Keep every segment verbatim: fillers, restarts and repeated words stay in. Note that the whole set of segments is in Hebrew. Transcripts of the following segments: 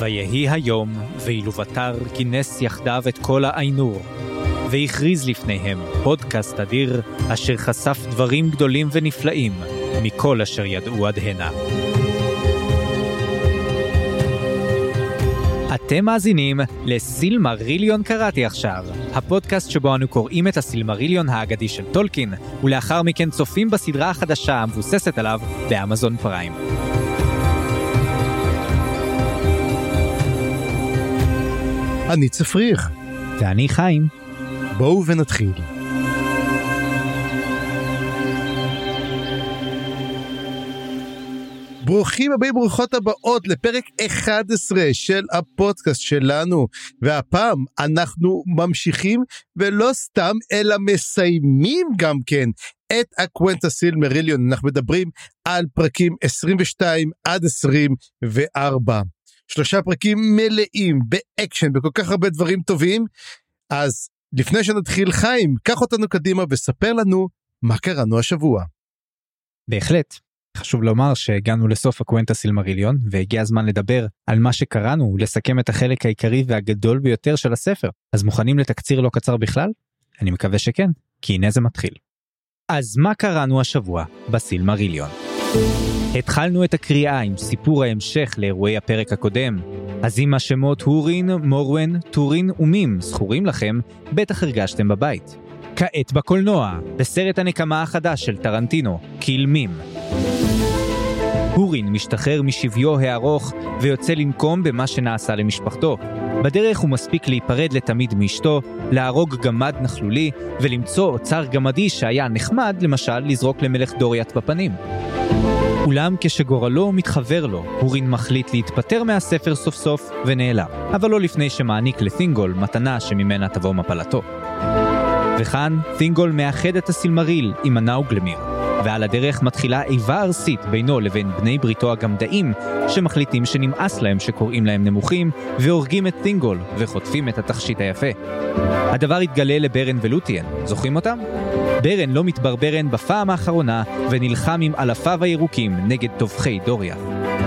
ויהי היום, ואילו ותר כינס יחדיו את כל האיינור, והכריז לפניהם פודקאסט אדיר, אשר חשף דברים גדולים ונפלאים, מכל אשר ידעו עד הנה. אתם מאזינים לסילמריליון קראתי עכשיו, הפודקאסט שבו אנו קוראים את הסילמריליון האגדי של טולקין, ולאחר מכן צופים בסדרה החדשה המבוססת עליו באמזון פריים. אני צפריך. ואני חיים. בואו ונתחיל. ברוכים הבאים, ברוכות הבאות לפרק אחד עשר של הפודקאסט שלנו, והפעם אנחנו ממשיכים ולא סתם אלא מסיימים גם כן את הקוונטה סילמריליון. אנחנו מדברים על פרקים עשרים ושתיים עד עשרים וארבע, שלושה פרקים מלאים באקשן, בכל כך הרבה דברים טובים. אז לפני שנתחיל, חיים, קח אותנו קדימה וספר לנו מה קראנו השבוע. בהחלט. חשוב לומר שהגענו לסוף הקוונטה סילמריליון, והגיע הזמן לדבר על מה שקראנו ולסכם את החלק העיקרי והגדול ביותר של הספר. אז מוכנים לתקציר לא קצר בכלל? אני מקווה שכן, כי הנה זה מתחיל. אז מה קראנו השבוע בסילמריליון? התחלנו את הקריאה עם סיפור ההמשך לאירועי הפרק הקודם. אז אם השמות הורין, מורwen, טורין ומים זכורים לכם, בטח הרגשתם בבית. כעת בקולנוע, בסרט הנקמה החדש של טרנטינו, קיל מים. הורין משתחרר משביו הארוך ויוצא לנקום במה שנעשה למשפחתו. בדרך הוא מספיק להיפרד לתמיד מאשתו, להרוג גמד נכלולי ולמצוא אוצר גמדי שהיה נחמד, למשל לזרוק למלך דוריית בפנים. אולם כשגורלו מתחבר לו, הורין מחליט להתפטר מהספר סוף סוף ונעלם, אבל לא לפני שמעניק לתינגול מתנה שממנה תבוא מפלתו. וכאן תינגול מאחד את הסילמריל עם הנאוגלמיר, ועל הדרך מתחילה איבה ארסית בינו לבין בני בריתו הגמדאים, שמחליטים שנמאס להם שקוראים להם נמוכים, והורגים את תינגול וחוטפים את התכשיט היפה. הדבר התגלה לברן ולוטיאן, זוכרים אותם? ברן לא מתברברן בפעם האחרונה, ונלחם עם אלפיו הירוקים נגד טובחי דוריה.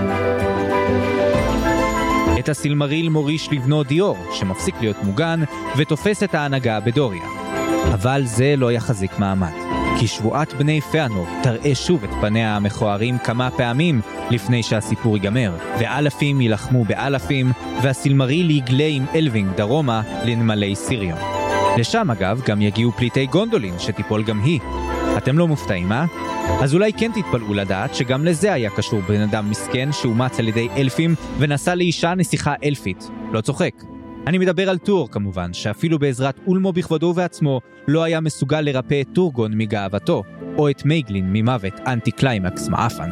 את הסילמריל מוריש לבנו דיור, שמפסיק להיות מוגן, ותופס את ההנהגה בדוריה. אבל זה לא יחזיק מעמד, כי שבועת בני פאנור תראה שוב את פניה המכוערים כמה פעמים לפני שהסיפור ייגמר, ואלפים ילחמו באלפים, והסילמריל יגלה עם אלווינג דרומה לנמלי סיריון. לשם אגב גם יגיעו פליטי גונדולין שתיפול גם היא. אתם לא מופתעים, אה? אז אולי כן תתפלאו לדעת שגם לזה היה קשור בן אדם מסכן שאומץ על ידי אלפים ונשא לאישה נסיכה אלפית. לא צוחק. אני מדבר על טור כמובן, שאפילו בעזרת אולמו בכבודו ובעצמו לא היה מסוגל לרפא את טורגון מגאוותו, או את מייגלין ממוות אנטי קליימקס מאפן.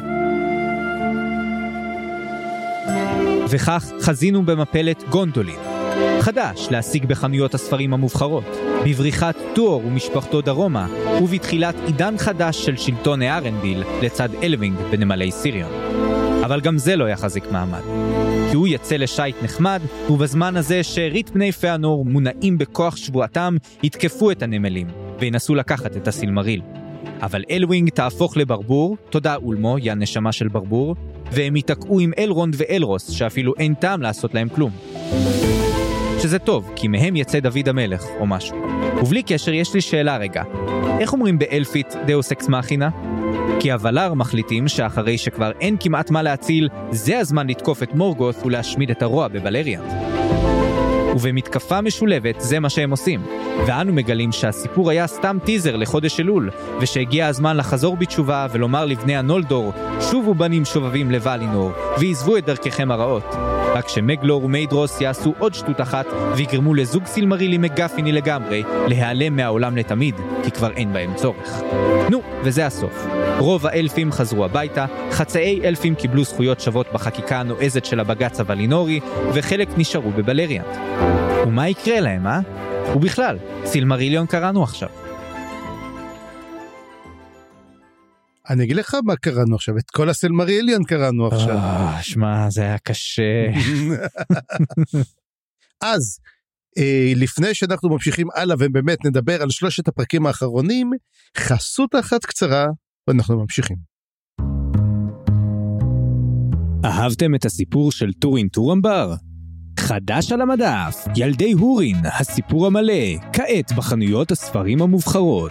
וכך חזינו במפלת גונדולין, חדש להשיג בחנויות הספרים המובחרות, בבריחת טור ומשפחתו דרומה, ובתחילת עידן חדש של שלטון הארנביל לצד אלווינג בנמלי סיריון. אבל גם זה לא יחזיק מעמד, כי הוא יצא לשייט נחמד, ובזמן הזה שארית בני פאנור מונעים בכוח שבועתם, יתקפו את הנמלים, וינסו לקחת את הסילמריל. אבל אלווינג תהפוך לברבור, תודה אולמו, יא נשמה של ברבור, והם יתקעו עם אלרונד ואלרוס, שאפילו אין טעם לעשות להם כלום. שזה טוב, כי מהם יצא דוד המלך, או משהו. ובלי קשר, יש לי שאלה רגע. איך אומרים באלפית דאוס אקס מאכינה? כי הוולר מחליטים שאחרי שכבר אין כמעט מה להציל, זה הזמן לתקוף את מורגות ולהשמיד את הרוע בבלריאנט. ובמתקפה משולבת זה מה שהם עושים. ואנו מגלים שהסיפור היה סתם טיזר לחודש אלול, ושהגיע הזמן לחזור בתשובה ולומר לבני הנולדור, שובו בנים שובבים לוולינור, ועזבו את דרככם הרעות. רק שמגלור ומיידרוס יעשו עוד שטות אחת, ויגרמו לזוג סילמרילים מגפיני לגמרי, להיעלם מהעולם לתמיד, כי כבר אין בהם צורך. נו, וזה הסוף. רוב האלפים חזרו הביתה, חצאי אלפים קיבלו זכויות שוות בחקיקה הנועזת של הבג"ץ הוולינורי, וחלק נשארו בבלריאנט. ומה יקרה להם, אה? ובכלל, סילמריליון קראנו עכשיו. אני אגיד לך מה קראנו עכשיו, את כל הסילמריליון קראנו עכשיו. שמע, זה היה קשה. אז, לפני שאנחנו ממשיכים הלאה, ובאמת נדבר על שלושת הפרקים האחרונים, חסות אחת קצרה, ואנחנו ממשיכים. אהבתם את הסיפור של טורין טורמבר? חדש על המדף, ילדי הורין, הסיפור המלא, כעת בחנויות הספרים המובחרות.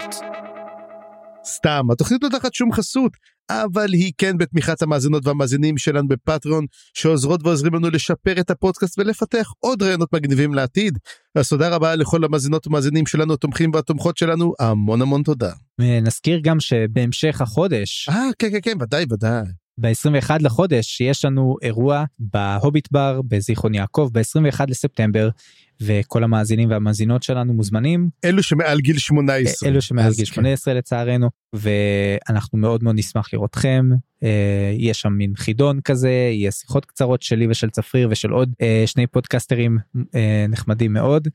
סתם, התוכנית לא תחת שום חסות, אבל היא כן בתמיכת המאזינות והמאזינים שלנו בפטריון, שעוזרות ועוזרים לנו לשפר את הפודקאסט ולפתח עוד רעיונות מגניבים לעתיד. אז תודה רבה לכל המאזינות ומאזינים שלנו, התומכים והתומכות שלנו, המון המון תודה. נזכיר גם שבהמשך החודש, אה, כן, כן, כן, ודאי, ודאי. ב-עשרים ואחד לחודש יש לנו אירוע בהוביט בר בזיכרון יעקב ב-עשרים ואחד לספטמבר, וכל המאזינים והמאזינות שלנו מוזמנים. אלו שמעל גיל שמונה עשרה. אלו שמעל גיל שמונה עשרה לצערנו, ואנחנו מאוד מאוד נשמח לראותכם. יש שם מין חידון כזה, יהיה שיחות קצרות שלי ושל צפריר ושל עוד שני פודקסטרים נחמדים מאוד,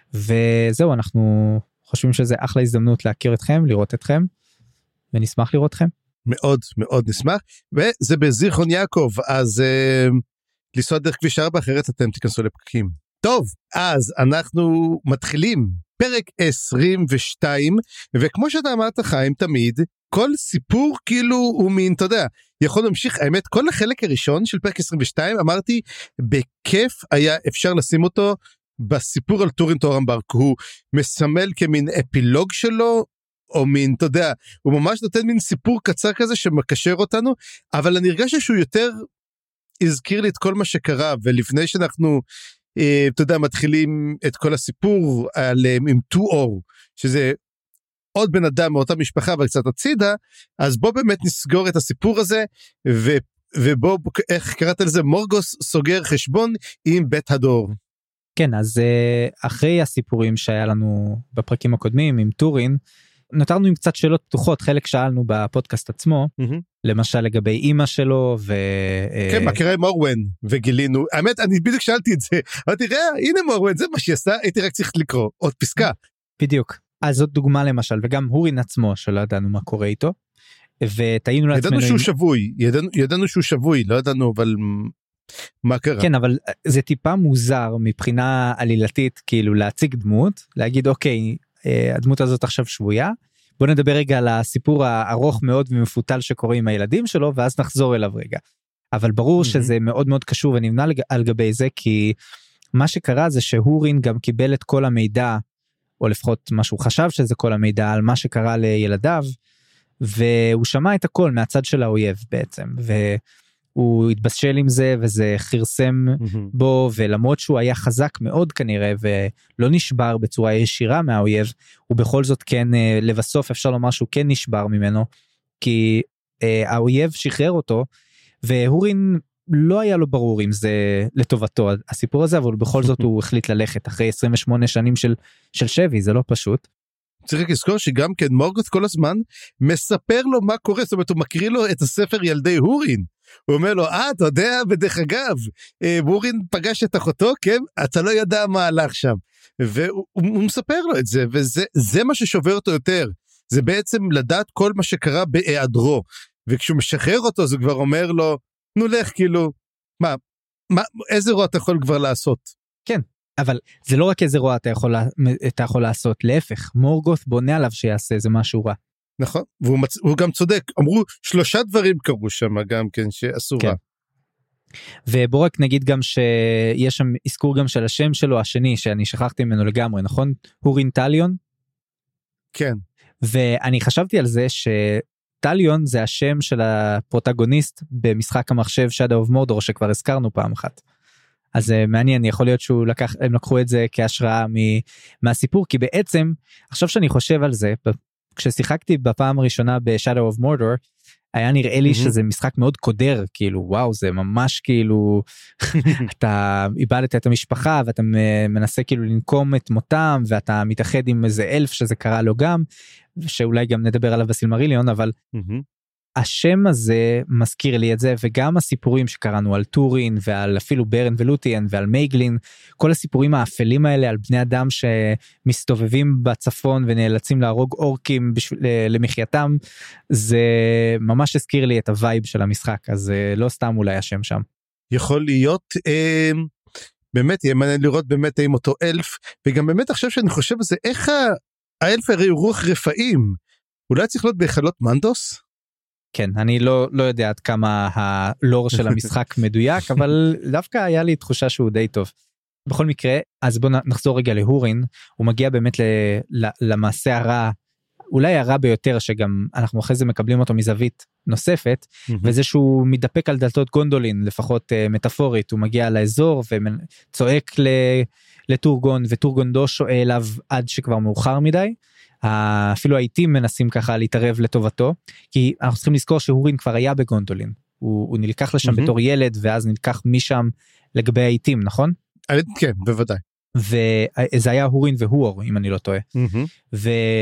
וזהו, אנחנו חושבים שזה אחלה הזדמנות להכיר אתכם, לראות אתכם, ונשמח לראות אתכם. מאוד מאוד נשמח, וזה בזיכרון יעקב, אז אה, לנסוע דרך כביש ארבע, אחרת אתם תיכנסו לפקקים. טוב, אז אנחנו מתחילים פרק עשרים ושתיים, וכמו שאתה אמרת חיים תמיד, כל סיפור כאילו הוא מין, אתה יודע, יכול להמשיך, האמת, כל החלק הראשון של פרק עשרים ושתיים, אמרתי, בכיף היה אפשר לשים אותו בסיפור על טורין תורנברג, הוא מסמל כמין אפילוג שלו, או מין, אתה יודע, הוא ממש נותן מין סיפור קצר כזה שמקשר אותנו, אבל אני הרגש שהוא יותר הזכיר לי את כל מה שקרה, ולפני שאנחנו, אה, אתה יודע, מתחילים את כל הסיפור על, עם טו-אור, שזה עוד בן אדם מאותה משפחה, אבל קצת הצידה, אז בוא באמת נסגור את הסיפור הזה, ו, ובוא, איך קראת לזה, מורגוס סוגר חשבון עם בית הדור. כן, אז אחרי הסיפורים שהיה לנו בפרקים הקודמים עם טורין, נותרנו עם קצת שאלות פתוחות, חלק שאלנו בפודקאסט עצמו, mm-hmm. למשל לגבי אמא שלו, ו... כן, מה קרה עם מורווין, וגילינו, האמת, אני בדיוק שאלתי את זה, אמרתי, ראה, הנה מורווין, זה מה שעשה, הייתי רק צריך לקרוא, עוד פסקה. בדיוק, אז זאת דוגמה למשל, וגם הורין עצמו, שלא ידענו מה קורה איתו, ותהיינו לעצמנו... ידענו שהוא שבוי, ידענו, ידענו שהוא שבוי, לא ידענו, אבל... מה קרה? כן, אבל זה טיפה מוזר, מבחינה עלילתית, כאילו להציג דמות, להגיד, אוקיי, הדמות הזאת עכשיו שבויה, בוא נדבר רגע על הסיפור הארוך מאוד ומפותל שקורה עם הילדים שלו, ואז נחזור אליו רגע. אבל ברור שזה מאוד מאוד קשור ונבנה על גבי זה, כי מה שקרה זה שהורין גם קיבל את כל המידע, או לפחות מה שהוא חשב שזה כל המידע, על מה שקרה לילדיו, והוא שמע את הכל מהצד של האויב בעצם, והוא התבשל עם זה, וזה חרסם בו, ולמרות שהוא היה חזק מאוד כנראה, ולא נשבר בצורה ישירה מהאויב, הוא בכל זאת כן, לבסוף אפשר לומר שהוא כן נשבר ממנו, כי האויב שחרר אותו, והורין לא היה לו ברור אם זה לטובתו הסיפור הזה, אבל בכל זאת הוא החליט ללכת, אחרי עשרים ושמונה שנים של, של שבי, זה לא פשוט. צריך לזכור שגם כן מורגוס כל הזמן מספר לו מה קורה, זאת אומרת הוא מקריא לו את הספר ילדי הורין, הוא אומר לו, אה, אתה יודע, בדרך אגב, הורין פגש את אחותו, כן, אתה לא ידע מה הלך שם, והוא הוא מספר לו את זה, וזה זה מה ששובר אותו יותר, זה בעצם לדעת כל מה שקרה בהיעדרו, וכשהוא משחרר אותו, זה כבר אומר לו, נו לך, כאילו, מה, מה איזה רוע אתה יכול כבר לעשות? כן. אבל זה לא רק איזה רוע אתה יכול, אתה יכול לעשות, להפך, מורגוס בונה עליו שיעשה איזה משהו רע. נכון, והוא מצ... גם צודק, אמרו שלושה דברים קרו שם גם כן שעשו כן. רע. ובוא רק נגיד גם שיש שם אזכור גם של השם שלו השני, שאני שכחתי ממנו לגמרי, נכון? הורין טליון? כן. ואני חשבתי על זה שטליון זה השם של הפרוטגוניסט במשחק המחשב Shadow of Mordor שכבר הזכרנו פעם אחת. אז uh, מעניין, יכול להיות שהוא לקח, הם לקחו את זה כהשראה מ, מהסיפור, כי בעצם, עכשיו שאני חושב על זה, כששיחקתי בפעם הראשונה ב-Shadow of Mordor, היה נראה לי mm-hmm. שזה משחק מאוד קודר, כאילו, וואו, זה ממש כאילו, אתה איבדת את המשפחה, ואתה מנסה כאילו לנקום את מותם, ואתה מתאחד עם איזה אלף שזה קרה לו גם, שאולי גם נדבר עליו בסילמריליון, אבל... Mm-hmm. השם הזה מזכיר לי את זה, וגם הסיפורים שקראנו על טורין, ועל אפילו ברן ולוטיאן, ועל מייגלין, כל הסיפורים האפלים האלה, על בני אדם שמסתובבים בצפון, ונאלצים להרוג אורקים בשביל, למחייתם, זה ממש הזכיר לי את הווייב של המשחק, אז לא סתם אולי השם שם. יכול להיות, אה, באמת, יהיה מעניין לראות באמת עם אותו אלף, וגם באמת עכשיו שאני חושב על זה, איך האלף הרי הוא רוח רפאים, אולי צריך להיות בהיכלות מנדוס? כן, אני לא, לא יודע עד כמה הלור של המשחק מדויק, אבל דווקא היה לי תחושה שהוא די טוב. בכל מקרה, אז בואו נחזור רגע להורין, הוא מגיע באמת למעשה הרע, אולי הרע ביותר, שגם אנחנו אחרי זה מקבלים אותו מזווית נוספת, mm-hmm. וזה שהוא מתדפק על דלתות גונדולין, לפחות uh, מטאפורית, הוא מגיע לאזור וצועק לטורגון, וטורגון לא שואל אליו עד שכבר מאוחר מדי, אפילו העיתים מנסים ככה להתערב לטובתו, כי אנחנו צריכים לזכור שהורין כבר היה בגונדולין, הוא, הוא נלקח לשם mm-hmm. בתור ילד, ואז נלקח משם לגבי העיתים, נכון? כן, בוודאי. וזה היה הורין והור, אם אני לא טועה. Mm-hmm.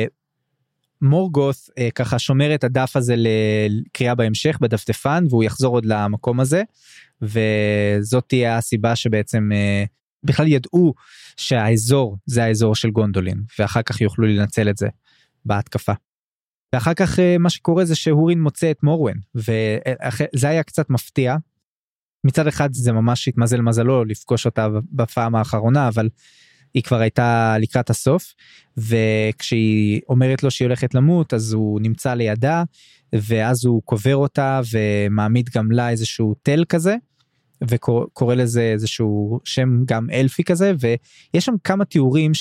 ומורגות ככה שומר את הדף הזה לקריאה בהמשך, בדפדפן, והוא יחזור עוד למקום הזה, וזאת תהיה הסיבה שבעצם בכלל ידעו שהאזור זה האזור של גונדולין, ואחר כך יוכלו לנצל את זה בהתקפה. ואחר כך מה שקורה זה שהורין מוצא את מורווין, וזה היה קצת מפתיע, מצד אחד זה ממש התמזל מזלו לפגוש אותה בפעם האחרונה, אבל היא כבר הייתה לקראת הסוף, וכשהיא אומרת לו שהיא הולכת למות, אז הוא נמצא לידה, ואז הוא קובר אותה, ומעמיד גם לה איזשהו תל כזה, וקורא לזה איזשהו שם גם אלפי כזה, ויש שם כמה תיאורים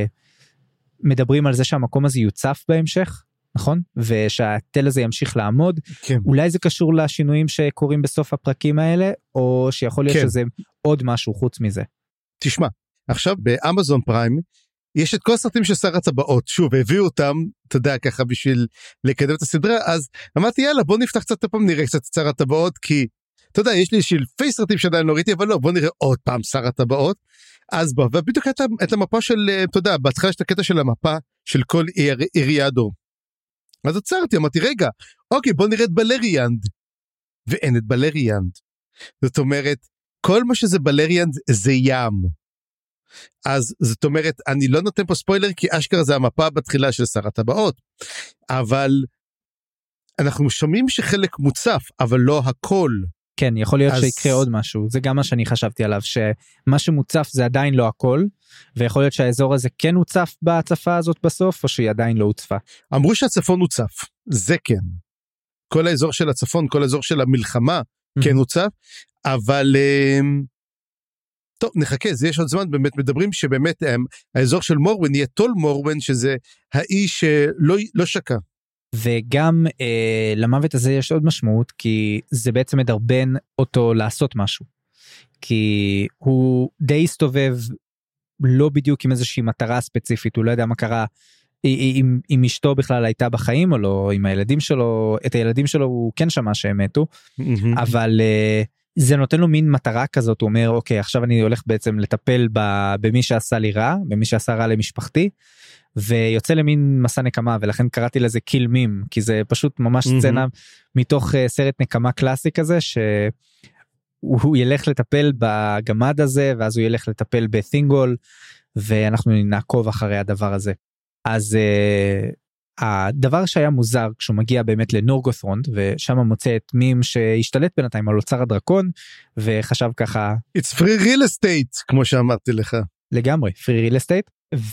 שמדברים על זה שהמקום הזה יוצף בהמשך, נכון? ושהתל הזה ימשיך לעמוד, כן. אולי זה קשור לשינויים שקורים בסוף הפרקים האלה, או שיכול להיות כן. שזה עוד משהו חוץ מזה. תשמע, עכשיו באמזון פריים, יש את כל הסרטים של שר הטבעות, שוב, הביאו אותם, אתה יודע, ככה בשביל לקדם את הסדרה, אז אמרתי, יאללה, בוא נפתח קצת פעם, נראה קצת את שר הטבעות, כי, אתה יודע, יש לי שלפי סרטים שעדיין לא ראיתי, אבל לא, בוא נראה עוד פעם שר הטבעות, אז בוא, ובדיוק את, את המפה של, אתה יודע, בהתחלה יש את הקטע של המפה, של כל איריאדו, אז עצרתי, אמרתי, רגע, אוקיי, בוא נראה את בלריאנד, ואין את בלריאנד, זאת אומרת, כל מה שזה בלריאנד זה ים, אז זאת אומרת, אני לא נותן פה ספוילר, כי אשכרה זה המפה בתחילה של שר הטבעות, אבל אנחנו שומעים שחלק מוצף, אבל לא הכל. כן, יכול להיות אז... שיקרה עוד משהו, זה גם מה שאני חשבתי עליו, שמה שמוצף זה עדיין לא הכל, ויכול להיות שהאזור הזה כן הוצף בהצפה הזאת בסוף, או שהיא עדיין לא הוצפה. אמרו שהצפון הוצף, זה כן. כל האזור של הצפון, כל האזור של המלחמה, mm-hmm. כן הוצף, אבל... טוב, נחכה, זה יש עוד זמן, באמת מדברים שבאמת האזור של מורווין יהיה טול מורווין, שזה האיש שלא לא שקע. וגם אה, למוות הזה יש עוד משמעות, כי זה בעצם מדרבן אותו לעשות משהו. כי הוא די הסתובב לא בדיוק עם איזושהי מטרה ספציפית, הוא לא יודע מה קרה, אם, אם אשתו בכלל הייתה בחיים או לא, עם הילדים שלו, את הילדים שלו הוא כן שמע שהם מתו, אבל... אה, זה נותן לו מין מטרה כזאת, הוא אומר, אוקיי, עכשיו אני הולך בעצם לטפל במי שעשה לי רע, במי שעשה רע למשפחתי, ויוצא למין מסע נקמה, ולכן קראתי לזה קילמים, כי זה פשוט ממש סצנה מתוך סרט נקמה קלאסי כזה, שהוא ילך לטפל בגמד הזה, ואז הוא ילך לטפל בת'ינגול, ואנחנו נעקוב אחרי הדבר הזה. אז... הדבר שהיה מוזר כשהוא מגיע באמת לנורגות'רונד, ושם מוצא את מים שהשתלט בינתיים על אוצר הדרקון, וחשב ככה... It's free real estate, כמו שאמרתי לך. לגמרי, free real estate,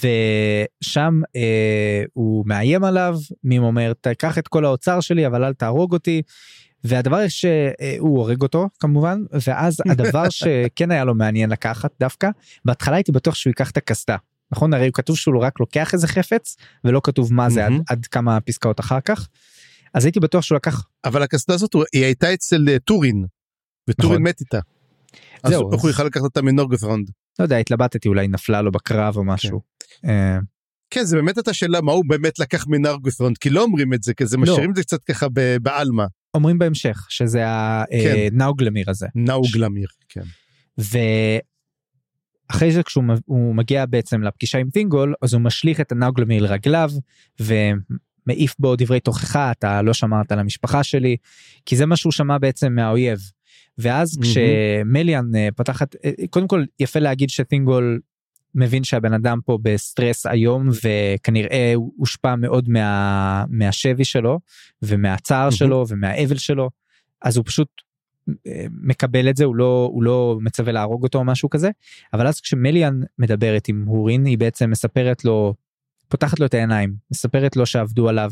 ושם אה, הוא מאיים עליו, מים אומר, תקח את כל האוצר שלי, אבל אל תהרוג אותי, והדבר שהוא הורג אותו כמובן, ואז הדבר שכן היה לו מעניין לקחת דווקא, בהתחלה הייתי בטוח שהוא ייקח את הקסדה, נכון? הרי הוא כתוב שהוא רק לוקח איזה חפץ, ולא כתוב מה זה עד, עד כמה פסקאות אחר כך, אז הייתי בטוח שהוא לקח... אבל הקסדה הזאת, היא הייתה אצל טורין, וטורין מת איתה. אז איך הוא יכל לקחת אותה מנורגות'רונד? לא יודע, התלבטתי, אולי נפלה לו בקרב או משהו. כן, זה באמת הייתה שאלה, מה הוא באמת לקח מנורגות'רונד, כי לא אומרים את זה, כי זה משאירים את זה קצת ככה בעלמה. אומרים בהמשך, שזה הנאוגלמיר הזה. נאוגלמיר, כן. ו... אחרי זה כשהוא מגיע בעצם לפגישה עם ת'ינגול, אז הוא משליך את הנאוגלמיר לרגליו, ומעיף בו דברי תוכחה, אתה לא שמרת על המשפחה שלי, כי זה מה שהוא שמע בעצם מהאויב. ואז כשמליאן פתחת, קודם כל יפה להגיד שת'ינגול מבין שהבן אדם פה בסטרס היום, וכנראה הוא הושפע מאוד מה, מהשבי שלו, ומהצער שלו, ומהאבל שלו, אז הוא פשוט מקבל את זה, הוא לא, הוא לא מצווה להרוג אותו או משהו כזה, אבל אז כשמליאן מדברת עם הורין, היא בעצם מספרת לו, פותחת לו את העיניים, מספרת לו שעבדו עליו,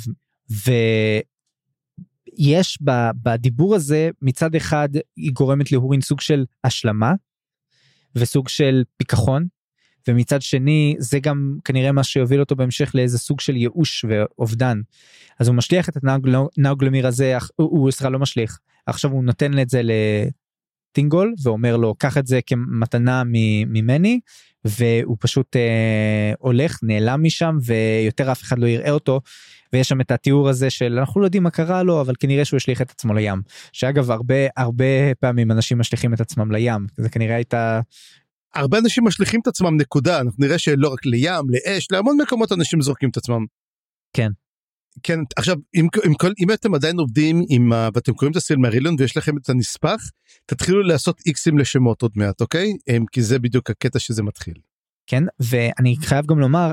ויש בדיבור הזה, מצד אחד היא גורמת להורין סוג של השלמה, וסוג של פיקחון, ומצד שני זה גם כנראה מה שיוביל אותו בהמשך לאיזה סוג של ייאוש ואובדן. אז הוא משליח את הנאוגלמיר הזה, הוא סליחה לא משליח, עכשיו הוא נותן את זה לטינגול, ואומר לו קח את זה כמתנה ממני, והוא פשוט אה, הולך, נעלם משם, ויותר אף אחד לא יראה אותו, ויש שם את התיאור הזה של אנחנו לא יודעים מה קרה לו, אבל כנראה שהוא השליך את עצמו לים, שאגב הרבה הרבה פעמים אנשים משליחים את עצמם לים, זה כנראה הייתה... הרבה אנשים משליחים את עצמם נקודה, אנחנו נראה שלא רק לים, לאש, להמון מקומות אנשים זורקים את עצמם. כן. כן, עכשיו, אם, אם, כל, אם אתם עדיין עובדים עם, ואתם קוראים את הסילמרילון ויש לכם את הנספח, תתחילו לעשות איקסים לשמות עוד מעט, אוקיי? כי זה בדיוק הקטע שזה מתחיל. כן, ואני חייב גם לומר,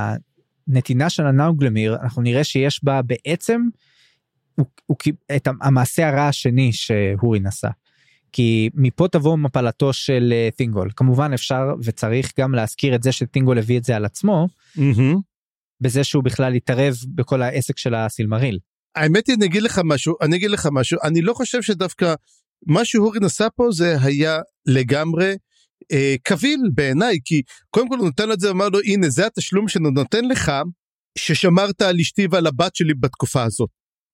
הנתינה של הנאוגלמיר, אנחנו נראה שיש בה בעצם, הוא, הוא, את המעשה הרע השני שהורי נסע. כי מפה תבוא מפלתו של טינגול. כמובן אפשר וצריך גם להזכיר את זה שטינגול הביא את זה על עצמו, mm-hmm. בזה שהוא בכלל יתערב בכל העסק של הסילמריל. האמת היא, אני אגיד לך משהו, אני אגיד לך משהו, אני לא חושב שדווקא מה שהורי נסע פה זה היה לגמרי אה, קביל בעיניי, כי קודם כל הוא נותן את זה, אמר לו, הנה זה התשלום שנותן לך, ששמרת על אשתי ועל הבת שלי בתקופה הזאת.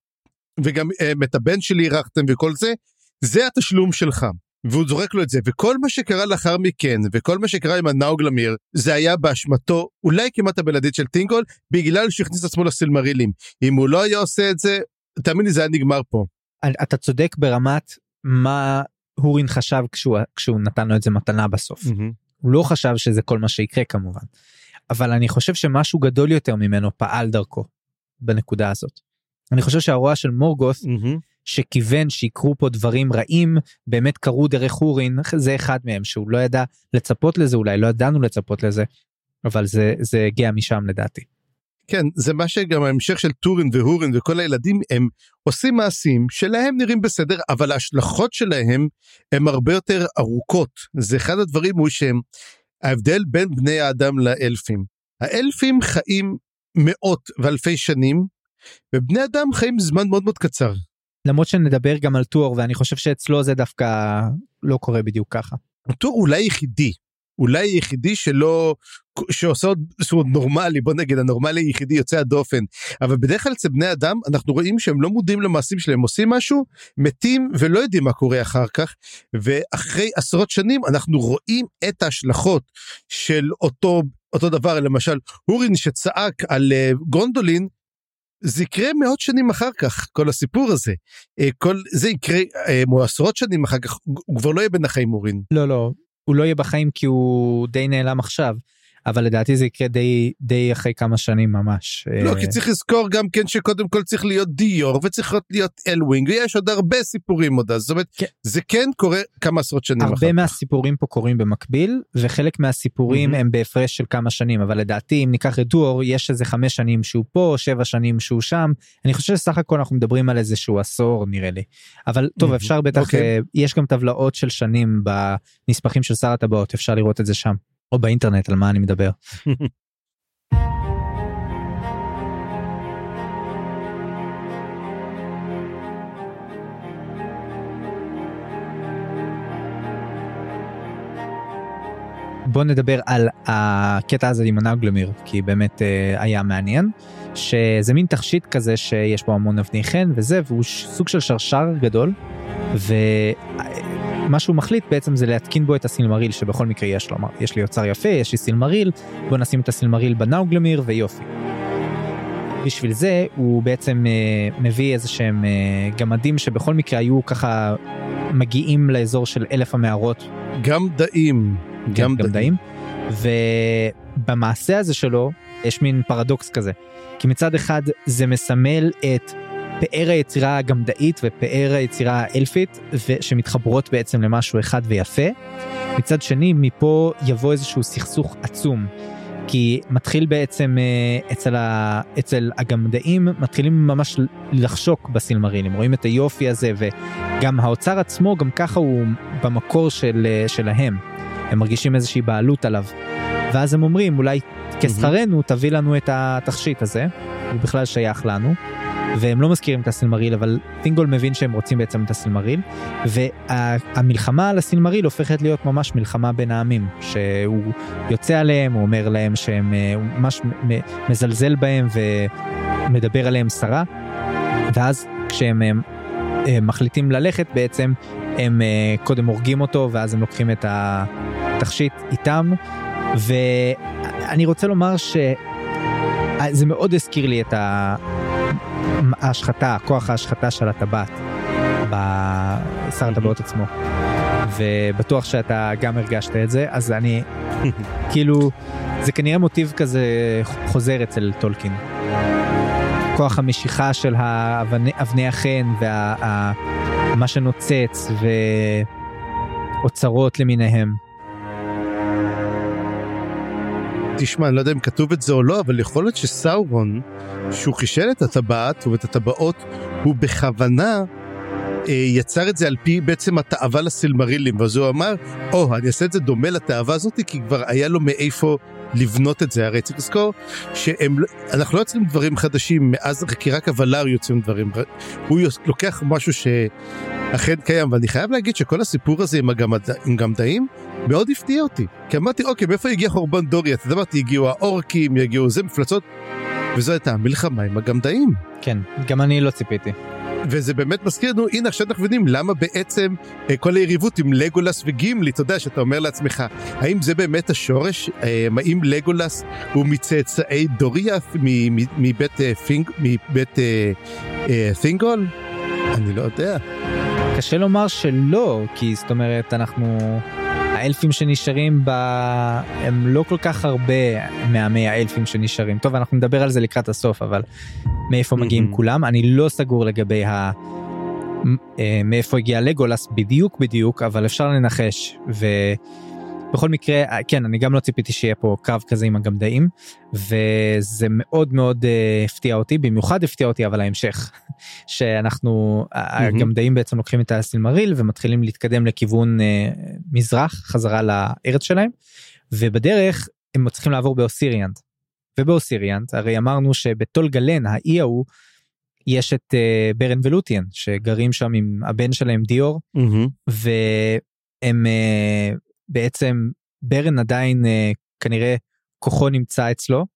וגם אה, את הבן שלי ערכתם וכל זה, זה התשלום שלך. והוא זורק לו את זה, וכל מה שקרה לאחר מכן, וכל מה שקרה עם הנאוגלמיר, זה היה באשמתו, אולי כמעט הבלעדית של טינגול, בגלל שהכניס עצמו לסילמרילים. אם הוא לא היה עושה את זה, תאמין לי, זה היה נגמר פה. אתה צודק ברמת מה הורין חשב כשהוא, כשהוא נתן לו את זה מתנה בסוף. Mm-hmm. הוא לא חשב שזה כל מה שיקרה כמובן. אבל אני חושב שמשהו גדול יותר ממנו פעל דרכו, בנקודה הזאת. אני חושב שהרוע של מורגות, mm-hmm. שכיוון שיקרו פה דברים רעים, באמת קרו דרך הורין, זה אחד מהם, שהוא לא ידע לצפות לזה, אולי לא ידענו לצפות לזה, אבל זה, זה הגיע משם לדעתי. כן, זה מה שגם ההמשך של טורין והורין וכל הילדים, הם עושים מעשים שלהם נראים בסדר, אבל ההשלכות שלהם הם הרבה יותר ארוכות. זה אחד הדברים הוא שהם, ההבדל בין בני האדם לאלפים. האלפים חיים מאות ואלפי שנים, ובני אדם חיים זמן מאוד מאוד קצר. למרות שנדבר גם על טור, ואני חושב שאצלו זה דווקא לא קורה בדיוק ככה. טור אולי יחידי, אולי יחידי שלא, שעושה עוד נורמלי, בוא נגיד, הנורמלי יחידי יוצא הדופן, אבל בדרך כלל אצל בני אדם, אנחנו רואים שהם לא מודעים למעשים שלהם, עושים משהו, מתים ולא יודעים מה קורה אחר כך, ואחרי עשרות שנים אנחנו רואים את ההשלכות של אותו, אותו דבר, למשל, הורין שצעק על גונדולין, זה יקרה מאות שנים אחר כך, כל הסיפור הזה. כל, זה יקרה עשרות שנים אחר כך, הוא כבר לא יהיה בין החיים הורין. לא, לא, הוא לא יהיה בחיים כי הוא די נעלם עכשיו, אבל לדעתי זה יקרה די, די אחרי כמה שנים ממש. לא, כי צריך לזכור גם כן שקודם כל צריך להיות דיור, וצריך להיות אלווינג, ויש עוד הרבה סיפורים עוד, זאת אומרת, כן. זה כן קורה כמה עשרות שנים אחר כך. הרבה מהסיפורים פה קורים במקביל, וחלק מהסיפורים mm-hmm. הם בהפרש של כמה שנים, אבל לדעתי אם ניקח את דור, יש איזה חמש שנים שהוא פה, שבע שנים שהוא שם, אני חושב שסך הכל אנחנו מדברים על איזשהו עשור נראה לי, אבל טוב mm-hmm. אפשר בטח, okay. יש גם טבלאות של שנים בנספחים של שר הטבעות, אפשר לראות את זה שם. או באינטרנט, על מה אני מדבר. בוא נדבר על הקטע הזה עם הנאוגלמיר, כי באמת אה, היה מעניין, שזה מין תכשיט כזה שיש בו המון אבני חן וזה, והוא סוג של שרשר גדול, ו... מה שהוא מחליט בעצם זה להתקין בו את הסילמריל, שבכל מקרה יש לו, יש לי יוצר יפה, יש לי סילמריל, בוא נשים את הסילמריל בנאוגלמיר ויופי. בשביל זה הוא בעצם אה, מביא איזה שהם אה, גמדים שבכל מקרה היו ככה מגיעים לאזור של אלף המערות. גם דעים. גם, גם, גם דעים. ובמעשה הזה שלו יש מין פרדוקס כזה. כי מצד אחד זה מסמל את פאר היצירה הגמדאית ופאר היצירה האלפית, שמתחברות בעצם למשהו אחד ויפה. מצד שני, מפה יבוא איזשהו סכסוך עצום, כי מתחיל בעצם אצל, ה... אצל הגמדאים, מתחילים ממש לחשוק בסילמרילים, רואים את היופי הזה, וגם האוצר עצמו, גם ככה הוא במקור של... שלהם, הם מרגישים איזושהי בעלות עליו, ואז הם אומרים, אולי כשכרנו תביא לנו את התכשיט הזה, הוא בכלל שייך לנו, והם לא מזכירים את הסילמריל, אבל טינגול מבין שהם רוצים בעצם את הסילמריל, והמלחמה על הסילמריל הופכת להיות ממש מלחמה בין העמים, שהוא יוצא עליהם, הוא אומר להם שהם, הוא ממש מזלזל בהם ומדבר עליהם שרה, ואז כשהם הם, הם מחליטים ללכת בעצם, הם קודם הורגים אותו, ואז הם לוקחים את התכשיט איתם, ואני רוצה לומר שזה מאוד הזכיר לי את ההשחתה, כוח ההשחתה של הטבעת, בשר הטבעות עצמו, ובטוח שאתה גם הרגשת את זה, אז אני, כאילו, זה כנראה מוטיב כזה חוזר אצל טולקין. כוח המשיכה של אבני החן, ומה שנוצץ, ואוצרות למיניהם. תשמע, אני לא יודע אם כתוב את זה או לא, אבל יכול להיות שסאורון, שהוא חישל את הטבעת ואת הטבעות, הוא בכוונה אה, יצר את זה על פי בעצם התאווה לסילמרילים, ואז הוא אמר, או, אני אעשה את זה דומה לתאווה הזאת, כי כבר היה לו מאיפה לבנות את זה. הרי צריך לזכור שאנחנו לא יוצרים דברים חדשים, מאז רק הוולר יוצאים דברים, הוא לוקח משהו שאכן קיים, ואני חייב להגיד שכל הסיפור הזה עם, הגמד... עם גמדאים, מאוד הפתיע אותי, כי אמרתי, אוקיי, מאיפה הגיע חורבן דוריה? אתה אמרתי, הגיעו האורקים, הגיעו זה מפלצות, וזו הייתה המלחמה עם הגמדאים. כן, גם אני לא ציפיתי. וזה באמת מזכיר לנו, הנה עכשיו אנחנו יודעים למה בעצם כל היריבות עם לגולס וגימלי, אתה יודע שאתה אומר לעצמך, האם זה באמת השורש? האם לגולס הוא מצאצאי דוריה מבית פינג, מבית פינגול? אני לא יודע. קשה לומר שלא, כי זאת אומרת, אנחנו, האלפים שנשארים ב... הם לא כל כך הרבה מהמי האלפים שנשארים. טוב, אנחנו נדבר על זה לקראת הסוף, אבל מאיפה מגיעים כולם? אני לא סגור לגבי ה... מאיפה הגיע לגולס בדיוק בדיוק, אבל אפשר לנחש, ובכל מקרה, כן, אני גם לא ציפיתי שיהיה פה קרב כזה עם הגמדאים, וזה מאוד מאוד הפתיע אותי, במיוחד הפתיע אותי, אבל ההמשך, שאנחנו, הגמדאים בעצם לוקחים את הסילמריל, ומתחילים להתקדם לכיוון מזרח, חזרה לארץ שלהם, ובדרך הם צריכים לעבור באוסיריאנט, ובאוסיריאנט, הרי אמרנו שבתול גלן, האי ההוא, יש את uh, ברן ולוטיאן, שגרים שם עם הבן שלהם דיור, mm-hmm. והם uh, בעצם, ברן עדיין uh, כנראה כוחו נמצא אצלו,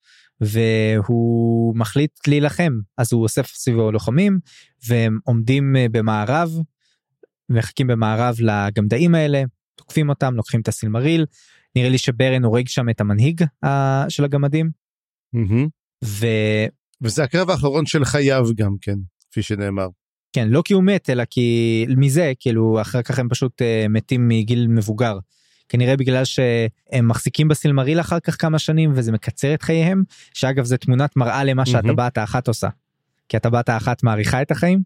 והוא מחליט להילחם, אז הוא אוסף סביבו לוחמים, והם עומדים uh, במערב, מחכים במערב לגמדאים האלה, תוקפים אותם, לוקחים את הסילמריל, נראה לי שברן הורג שם את המנהיג uh, של הגמדים, mm-hmm. ו... וזה הקרב האחרון של חייו גם כן, כפי שנאמר. כן, לא כי הוא מת, אלא כי מזה, כאילו, אחר כך הם פשוט uh, מתים מגיל מבוגר. כנראה בגלל שהם מחזיקים בסילמריל אחר כך כמה שנים, וזה מקצר את חייהם, שאגב, זה תמונת מראה למה שהטבעת האחת עושה. כי הטבעת האחת מעריכה את החיים.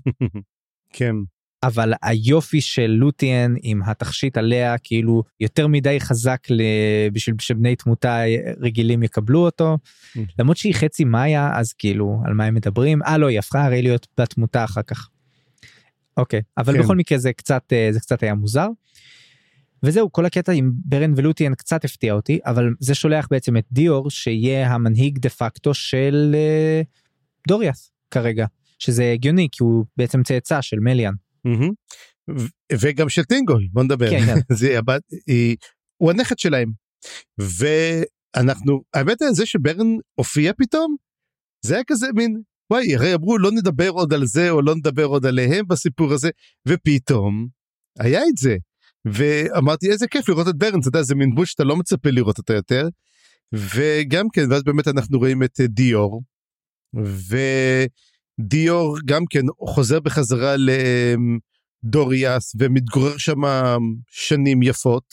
כן. אבל היופי של לוטיאן עם התכשיט עליה, כאילו יותר מדי חזק בשביל שבני תמותה רגילים יקבלו אותו, למרות שהיא חצי מאיה, אז כאילו על מה הם מדברים, אה לא, היא הפכה הרי להיות בתמותה אחר כך. אוקיי, אבל בכל מקרה זה קצת, זה קצת היה מוזר, וזהו, כל הקטע עם ברן ולוטיאן קצת הפתיע אותי, אבל זה שולח בעצם את דיור, שיהיה המנהיג דה פקטו של דוריאס כרגע, שזה הגיוני, כי הוא בעצם צאצא של מליאן. וגם של טינגול, בוא נדבר, הוא הנכד שלהם, ואנחנו, האמת היא זה שברן הופיע פתאום, זה היה כזה מין, וואי, הרי אמרו לא נדבר עוד על זה, או לא נדבר עוד עליהם בסיפור הזה, ופתאום היה את זה, ואמרתי איזה כיף לראות את ברן, אתה יודע, זה מין בוש שאתה לא מצפה לראות אותה יותר, וגם כן, ואז באמת אנחנו רואים את דיור, ו... דיור גם כן חוזר בחזרה לדוריאס ומתגורר שם שנים יפות,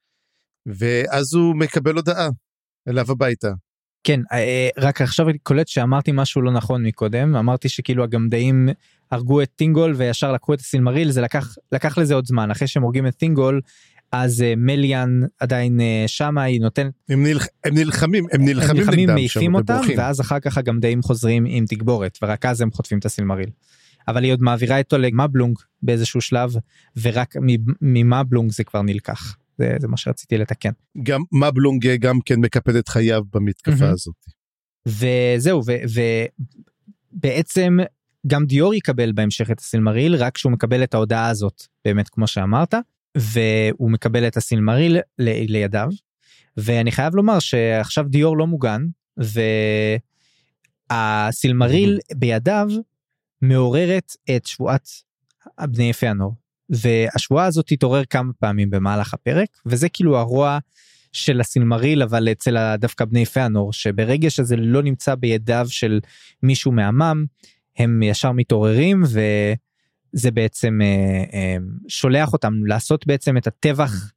ואז הוא מקבל הודעה אליו הביתה. כן, רק עכשיו אני קולט שאמרתי משהו לא נכון מקודם, אמרתי שכאילו הגמדאים הרגו את טינגול וישר לקחו את הסילמריל, זה לקח, לקח לזה עוד זמן, אחרי שהם הורגים את טינגול, אז מליאן עדיין שמה, היא נותנת... הם, נלח... הם נלחמים, הם נלחמים, הם נלחמים נגדם מעיפים אותם, ואז אחר כך הגמדאים חוזרים עם תגבורת, ורק אז הם חוטפים את הסילמריל. אבל היא עוד מעבירה אותו למבלונג באיזשהו שלב, ורק ממבלונג זה כבר נלקח. זה, זה מה שרציתי לתקן. גם מבלונג גם כן מקפד את חייו במתקפה הזאת. וזהו, ובעצם גם דיור יקבל בהמשך את הסילמריל, רק שהוא מקבל את ההודעה הזאת, באמת כמו שאמרת, והוא מקבל את הסילמריל ל- לידיו, ואני חייב לומר שעכשיו דיור לא מוגן, והסילמריל בידיו מעוררת את שבועת בני פיאנור, והשבועה הזאת תתעורר כמה פעמים במהלך הפרק, וזה כאילו הרוע של הסילמריל, אבל אצל דווקא בני פיאנור, שברגע שזה לא נמצא בידיו של מישהו מעמם, הם ישר מתעוררים, וזה בעצם אה, אה, שולח אותם לעשות בעצם את הטבח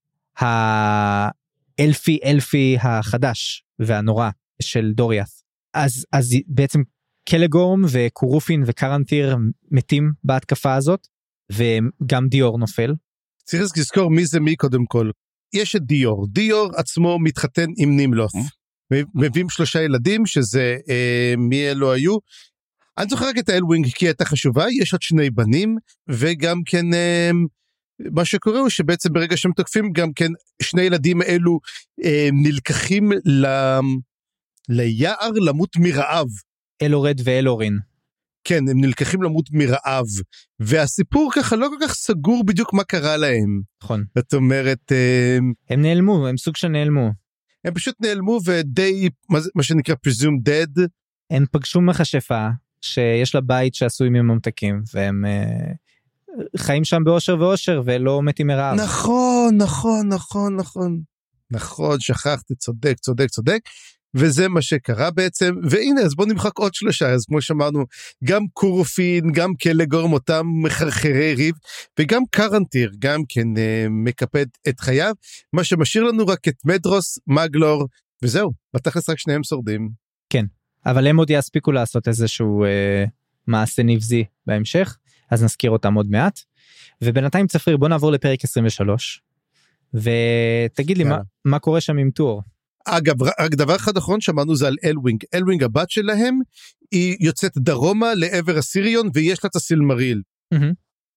האלפי אלפי החדש והנורא של דוריאס. אז, אז בעצם קלגורם וקורופין וקרנטיר מתים בהתקפה הזאת, וגם דיור נופל. צריך לזכור מי זה מי קודם כל. יש את דיור, דיור עצמו מתחתן עם נימלוף, מביאים שלושה ילדים שזה אה, מי אלו היו, אני זוכר רק את האלווינג כי הייתה חשובה, יש עוד שני בנים, וגם כן אה, מה שקורה הוא שבעצם ברגע שהם תוקפים, גם כן שני ילדים האלו אה, נלקחים ל, ליער למות מרעב. אלורד ואלורין. כן, הם נלקחים למות מרעב, והסיפור ככה לא כל כך סגור בדיוק מה קרה להם. נכון. זאת אומרת... הם נעלמו, הם סוג שנעלמו. הם פשוט נעלמו ודי, מה, מה שנקרא presumed dead. הם פגשו מכשפה, שיש לה בית שעשוי מממתקים, והם uh, חיים שם באושר ואושר, ולא מתים מרעב. נכון, נכון, נכון, נכון. נכון, שכחתי, צודק, צודק, צודק. וזה מה שקרה בעצם, והנה אז בוא נמחק עוד שלושה, אז כמו שאמרנו, גם קורופין, גם קלגורם, אותם מחרחרי ריב, וגם קרנטיר, גם כן אה, מקפד את חייו, מה שמשאיר לנו רק את מדרוס, מגלור, וזהו, בתכלס רק שניהם שורדים. כן, אבל הם עוד יספיקו לעשות איזשהו אה, מעשה נבזי בהמשך, אז נזכיר אותם עוד מעט, ובינתיים צפריר, בוא נעבור לפרק עשרים ושלוש, ותגיד לי מה, מה קורה שם עם טור. אגב, רק דבר אחד אחרון שמענו זה על אלווינג, אלווינג הבת שלהם, היא יוצאת דרומה לעבר הסיריון, ויש לה את הסילמריל. Mm-hmm.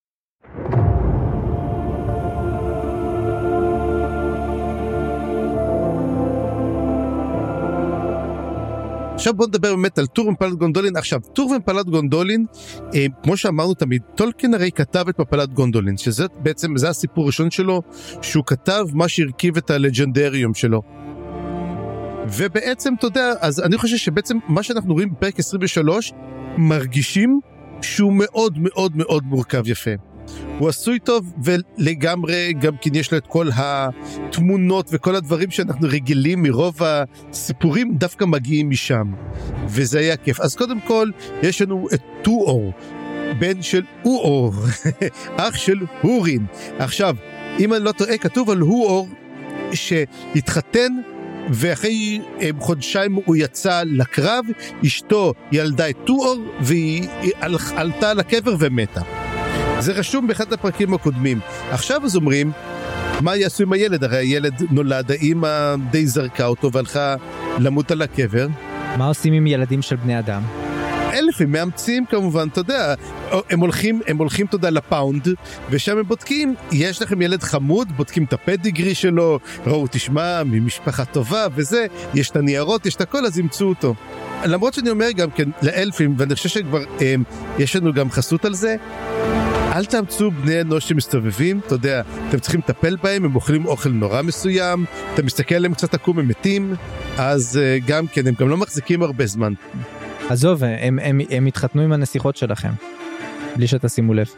עכשיו בוא נדבר באמת על טור ומפלת גונדולין. עכשיו, טור ומפלת גונדולין, אה, כמו שאמרנו תמיד, טולקין הרי כתב את מפלת גונדולין, שזה בעצם, זה הסיפור הראשון שלו, שהוא כתב מה שהרכיב את הלג'נדריום שלו. ובעצם, אתה יודע, אז אני חושב שבעצם מה שאנחנו רואים בפרק עשרים ושלוש, מרגישים שהוא מאוד מאוד מאוד מורכב יפה. הוא עשוי טוב, ולגמרי גם כן יש לו את כל התמונות וכל הדברים שאנחנו רגילים מרוב הסיפורים, דווקא מגיעים משם. וזה היה כיף. אז קודם כל, יש לנו את טואור, בן של אואור, אח של הורין. עכשיו, אם אני לא טועה, כתוב על הואור שהתחתן, ואחרי חודשיים הוא יצא לקרב, אשתו ילדה את טואור, והיא עלתה לקבר ומתה. זה רשום באחד הפרקים הקודמים. עכשיו אז אומרים, מה יעשו עם הילד? הרי הילד נולד, האמא די זרקה אותו והלכה למות על הקבר. מה עושים עם ילדים של בני אדם? אלפים מאמצים כמובן, אתה יודע, הם הולכים, הם הולכים, אתה יודע, לפאונד, ושם הם בודקים, יש לכם ילד חמוד, בודקים את הפדיגרי שלו, ראו, תשמע, ממשפחה טובה וזה, יש את הניירות, יש את הכל, אז ימצאו אותו. למרות שאני אומר גם כן לאלפים, ואני חושב שכבר הם, יש לנו גם חסות על זה, אל תאמצו בני אנוש שמסתובבים, אתה יודע, אתם צריכים לטפל בהם, הם אוכלים אוכל נורא מסוים, אתה מסתכל עליהם קצת עקום, הם מתים, אז גם כן, הם גם לא מחזיקים הרבה זמן. עזוב, הם, הם, הם התחתנו עם הנסיכות שלכם, בלי שתשימו לב.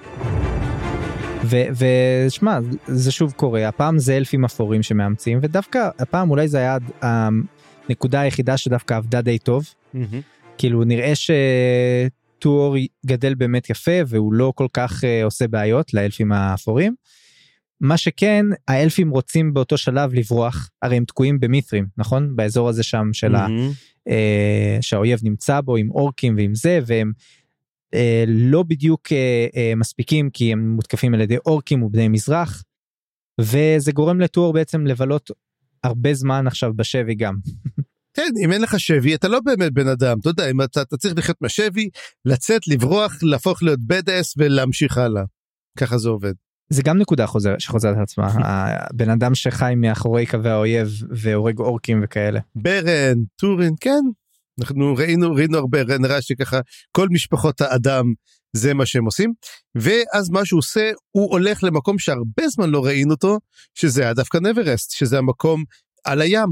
ושמע, זה שוב קורה, הפעם זה אלפים אפורים שמאמצים, ודווקא הפעם אולי זה היה הנקודה היחידה שדווקא עבדה די טוב, mm-hmm. כאילו נראה שטור גדל באמת יפה, והוא לא כל כך uh, עושה בעיות לאלפים האפורים, מה שכן, האלפים רוצים באותו שלב לברוח, הרי הם תקועים במית'רים, נכון? באזור הזה שם של mm-hmm. ה... Uh, שהאויב נמצא בו עם אורקים ועם זה, והם uh, לא בדיוק uh, uh, מספיקים, כי הם מותקפים על ידי אורקים ובני מזרח, וזה גורם לטור בעצם לבלות הרבה זמן עכשיו בשבי גם. כן, אם אין לך שבי, אתה לא באמת בן אדם, אתה יודע, אם אתה, אתה צריך לחיות מהשבי, לצאת, לברוח, להפוך להיות בדאס ולהמשיך הלאה. ככה זה עובד. זה גם נקודה חוזר, שחוזרת לעצמה, הבן אדם שחי מאחורי קווי האויב והורג אורקים וכאלה. ברן, טורין, כן. אנחנו ראינו, ראינו הרבה, נראה שככה כל משפחות האדם זה מה שהם עושים, ואז מה שהוא עושה, הוא הולך למקום שהרבה זמן לא ראינו אותו, שזה היה דווקא נברסט, שזה המקום על הים,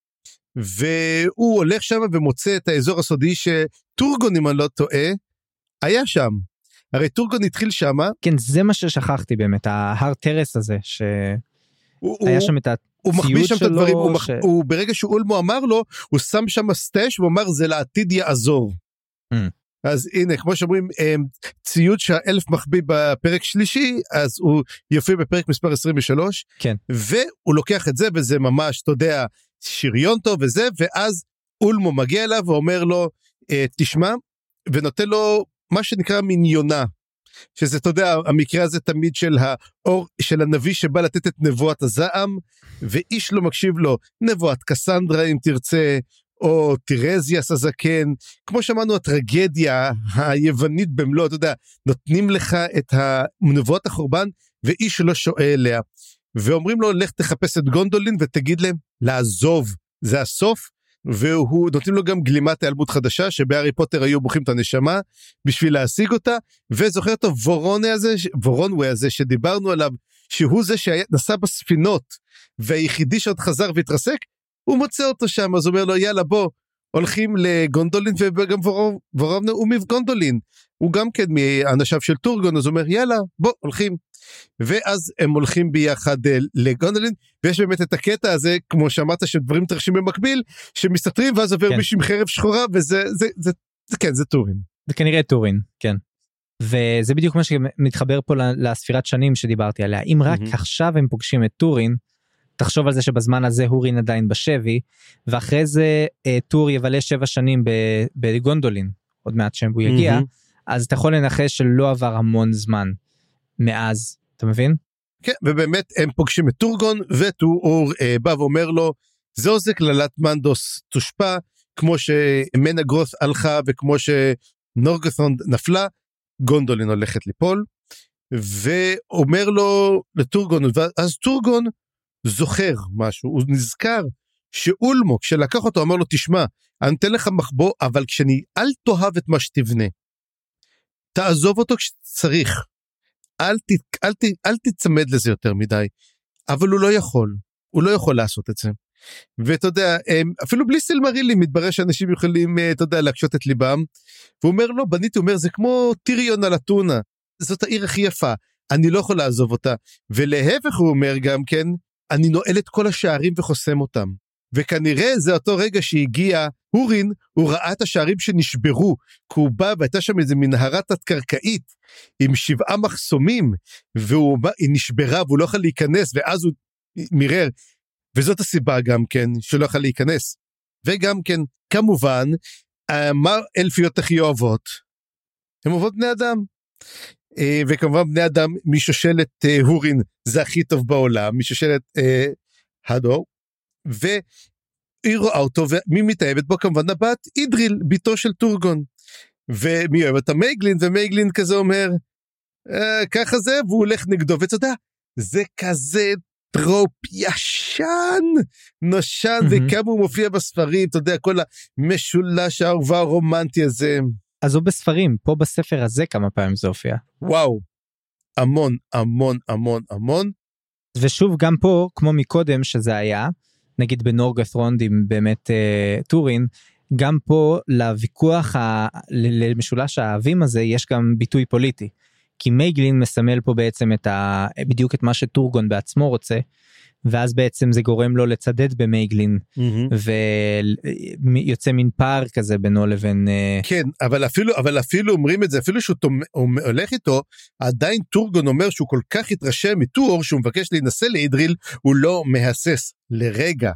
והוא הולך שם ומוצא את האזור הסודי שטורגון, אם אני לא טועה, היה שם. הרי טורגון התחיל שם. כן, זה מה ששכחתי באמת, ההר טרס הזה, שהיה שם את הוא מחביא שם את הדברים, הוא, ש... מח... הוא ברגע שאולמו אמר לו, הוא שם שם סטש, הוא אמר זה לעתיד יעזור. Mm. אז הנה, כמו שאומרים, ציוד שהאלף מחביא בפרק שלישי, אז הוא יופיע בפרק מספר עשרים ושלוש, כן. והוא לוקח את זה, וזה ממש, אתה יודע, שריון טוב וזה, ואז אולמו מגיע אליו, ואומר לו, תשמע, ונותן לו מה שנקרא מיניונה, שזה, אתה יודע, המקרה הזה תמיד של האור, של הנביא שבא לתת את נבואת הזעם, ואיש לא מקשיב לו, נבואת קסנדרה אם תרצה, או טירזיאס הזקן, כמו שמענו הטרגדיה היוונית במלוא, אתה יודע, נותנים לך את נבואת החורבן, ואיש לא שואל אליה, ואומרים לו, לך תחפש את גונדולין, ותגיד להם, לעזוב, זה הסוף, והוא נותנים לו גם גלימת העלמות חדשה, שבהארי פוטר היו בוכים את הנשמה, בשביל להשיג אותה, וזוכר אותו וורונווי הזה, וורונווי הזה שדיברנו עליו, שהוא זה שנסע בספינות, והיחידי שעוד חזר והתרסק, הוא מוצא אותו שם, אז הוא אומר לו, יאללה בוא, הולכים לגונדולין, וגם וורונווי הוא מגונדולין, הוא גם כן מאנשיו של טורגון, אז הוא אומר, יאללה, בוא, הולכים, ואז הם הולכים ביחד לגונדולין, ויש באמת את הקטע הזה, כמו שאמרת, שדברים תרשים במקביל, שמסתתרים, ואז עובר כן. מישהו עם חרב שחורה, וזה, זה, זה, זה, כן, זה טורין. זה כנראה טורין, כן. וזה בדיוק מה שמתחבר פה לספירת שנים שדיברתי עליה. אם רק mm-hmm. עכשיו הם פוגשים את טורין, תחשוב על זה שבזמן הזה הורין עדיין בשבי, ואחרי זה טור יבלה שבע שנים בגונדולין, עוד מעט שם הוא יגיע, mm-hmm. אז אתה יכול לנחש שלא עבר המון זמן מאז, אתה מבין? כן, ובאמת הם פוגשים את טורגון, וטור אה, בא ואומר לו, זו זה כללת מנדוס תושפע, כמו שמנגרות הלכה, וכמו שנורגת'ון נפלה, גונדולין הולכת ליפול, ואומר לו לטורגון, אז טורגון זוכר משהו, הוא נזכר שאולמו, כשלקח אותו, אמר לו, תשמע, אני אתן לך מחבוא, אבל כשאני, אל תאהב את מה שתבנה, תעזוב אותו כשצריך, אל, ת, אל, ת, אל תצמד לזה יותר מדי, אבל הוא לא יכול, הוא לא יכול לעשות את זה, ואתה יודע, אפילו בלי סילמרילים, מתברר שאנשים יכולים, אתה יודע, להקשות את ליבם, והוא אומר, לא, בניתי, הוא אומר, זה כמו טיריון על אתונה, זאת העיר הכי יפה, אני לא יכול לעזוב אותה, ולהפך הוא אומר גם כן, אני נועל את כל השערים וחוסם אותם, וכנראה זה אותו רגע שהגיע הורין, הוא ראה את השערים שנשברו, כי הוא בא והייתה שם איזו מנהרה תת-קרקעית, עם שבעה מחסומים, והיא נשברה והוא לא יכול להיכנס, ואז הוא מירר, וזאת הסיבה גם כן, שהוא לא יכול להיכנס, וגם כן, כמובן, מה אלפיות הכי אוהבות? הן אוהבות בני אדם, וכמובן בני אדם משושלת הורין, זה הכי טוב בעולם, משושלת הדור, והיא רואה אותו, ומי מתאהבת בו כמובן הבת, אידריל, ביתו של טורגון, ומי אוהב את המייגלין, ומייגלין כזה אומר, אה, ככה זה, והוא הולך נגדו, ואתה יודע, זה כזה טרופ ישן, נושן, mm-hmm. וכמה הוא מופיע בספרים, אתה יודע, כל המשולש האהובה הרומנטי הזה. אז הוא בספרים, פה בספר הזה כמה פעמים זה הופיע. וואו, המון, המון, המון, המון. ושוב, גם פה, כמו מקודם שזה היה, נגיד בנורגת'רונד עם באמת אה, טורין, גם פה לוויכוח, ה... למשולש האהבים הזה, יש גם ביטוי פוליטי. כי מייגלין מסמל פה בעצם את ה... בדיוק את מה שטורגון בעצמו רוצה, ואז בעצם זה גורם לו לצדד במייגלין, mm-hmm. ויוצא מין פער כזה בינו לבין... כן, אבל אפילו, אבל אפילו אומרים את זה, אפילו שהוא הולך איתו, עדיין טורגון אומר שהוא כל כך התרשם מטור, שהוא מבקש להינשא לאידריל, הוא לא מהסס לרגע.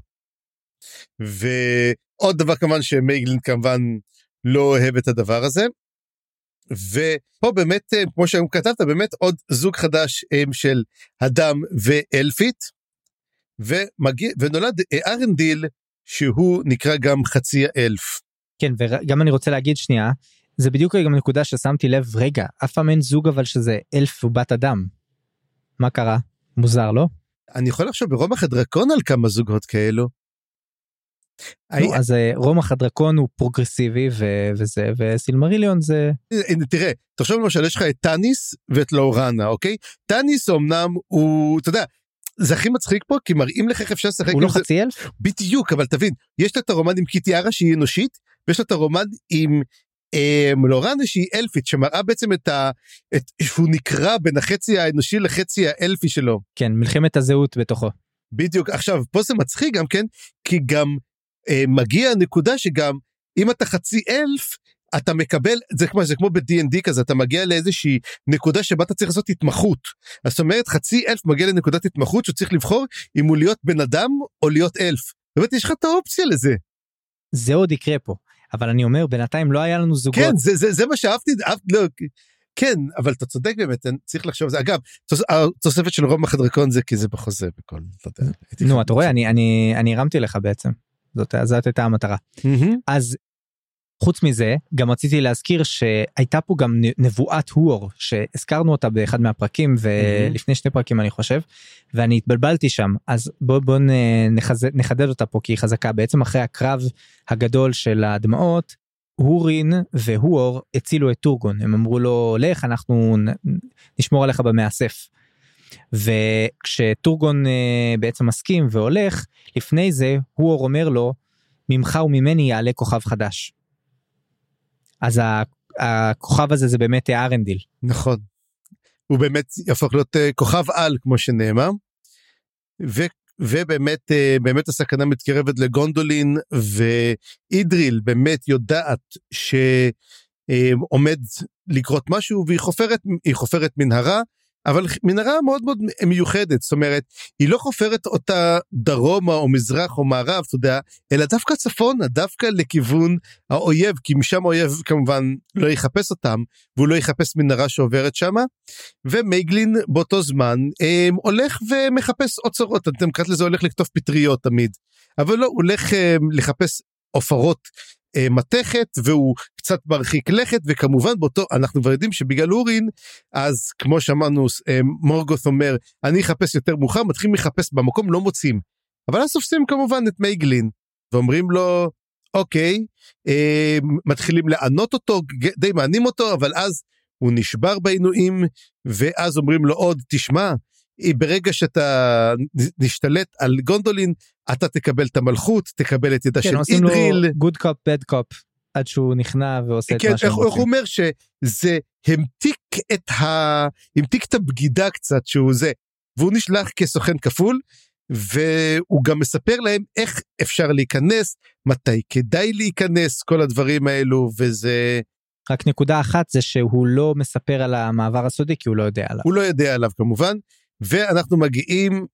ועוד דבר כמובן שמייגלין כמובן לא אוהב את הדבר הזה, ופה באמת, כמו שהיום כתבת, באמת עוד זוג חדש של אדם ואלפית, ומגיע, ונולד ארנדיל, שהוא נקרא גם חצי האלף. כן, וגם אני רוצה להגיד שנייה, זה בדיוק גם נקודה ששמתי לב, רגע, אף פעם אין זוג אבל שזה אלף ובת אדם. מה קרה? מוזר, לא? אני יכול לחשוב ברומח הדרקון על כמה זוגות כאלו. נו, אז רומח הדרקון הוא פרוגרסיבי וזה, וסילמריליון זה... תראה, תחשוב למשל, יש לך את טאניס ואת לאורנה, אוקיי? טאניס אמנם הוא, אתה יודע, זה הכי מצחיק פה, כי מראים לך איך אפשר לשחק. הוא לא חצי אלף? בדיוק, אבל תבין, יש לה את הרומן עם קיטיארה שהיא אנושית, ויש לה את הרומן עם לאורנה שהיא אלפית, שמראה בעצם את ה... שהוא נקרא בין החצי האנושי לחצי האלפי שלו. כן, מלחמת הזהות בתוכו. בדיוק, עכשיו, פה זה מצחיק גם כן, כי גם אה, מגיע הנקודה שגם, אם אתה חצי אלף, אתה מקבל, זה כמו, זה כמו ב-די אנד די כזה, אתה מגיע לאיזושהי נקודה שבה אתה צריך לעשות התמחות. זאת אומרת, חצי אלף מגיע לנקודת התמחות, שצריך לבחור אם הוא להיות בן אדם או להיות אלף. זאת אומרת, יש לך את האופציה לזה. זה עוד יקרה פה, אבל אני אומר, בינתיים לא היה לנו זוגות. כן, זה, זה, זה מה שאהבתי, אהבתי, לא, כן, אבל אתה צודק באמת, צריך לחשוב על זה. אגב, התוספת של רומח הדרקון זה כי זה בחוזה בכל... נו, אתה רואה, אני, אני, אני הרמתי לך בעצם. זאת, זאת הייתה המטרה. אז חוץ מזה, גם רציתי להזכיר שהייתה פה גם נבואת הואר, שהזכרנו אותה באחד מהפרקים, ולפני שני פרקים אני חושב, ואני התבלבלתי שם, אז בואו בוא נחדד אותה פה, כי היא חזקה. בעצם אחרי הקרב הגדול של הדמעות, הורין והואר הצילו את טורגון, הם אמרו לו, לך, אנחנו נשמור עליך במאסף. וכשטורגון בעצם מסכים והולך, לפני זה הואר אומר לו, ממך וממני יעלה כוכב חדש. אז הכוכב הזה זה באמת ארנדיל. נכון. הוא באמת יהפוך להיות כוכב על, כמו שנאמר, ו... ובאמת באמת הסכנה מתקרבת לגונדולין, ואידריל באמת יודעת שעומד לקרות משהו, והיא חופרת, היא חופרת מנהרה, אבל מנהרה מאוד מאוד מיוחדת, זאת אומרת, היא לא חופרת אותה דרומה או מזרח או מערב, אתה יודע, אלא דווקא צפונה, דווקא לכיוון האויב, כי משם האויב כמובן לא יחפש אותם, והוא לא יחפש מנהרה שעוברת שמה, ומייגלין באותו זמן הם, הולך ומחפש אוצרות, אתם קראת לזה הולך לכתוב פטריות תמיד, אבל לא, הוא הולך הם, לחפש אופרות, מתכת, והוא קצת מרחיק לכת, וכמובן באותו, אנחנו כבר יודעים שבגלל אורין, אז כמו שאמרנו, מורגות אומר, אני אחפש יותר מאוחר, מתחילים לחפש במקום, לא מוצאים, אבל אז תופסים כמובן את מייגלין, ואומרים לו, אוקיי, מתחילים לענות אותו, די מענים אותו, אבל אז הוא נשבר בעינויים, ואז אומרים לו עוד, תשמע, ברגע שאתה נשתלט על גונדולין, אתה תקבל את המלכות, תקבל את ידה של אידריל. כן, עושים לו good cop, bad cop, עד שהוא נכנע ועושה את מה שהם רוצים. הוא אומר שזה המתיק את, ה... המתיק את הבגידה קצת שהוא זה, והוא נשלח כסוכן כפול, והוא גם מספר להם איך אפשר להיכנס, מתי כדאי להיכנס, כל הדברים האלו, וזה... רק נקודה אחת זה שהוא לא מספר על המעבר הסודי, כי הוא לא יודע עליו. הוא לא יודע עליו כמובן, ואנחנו מגיעים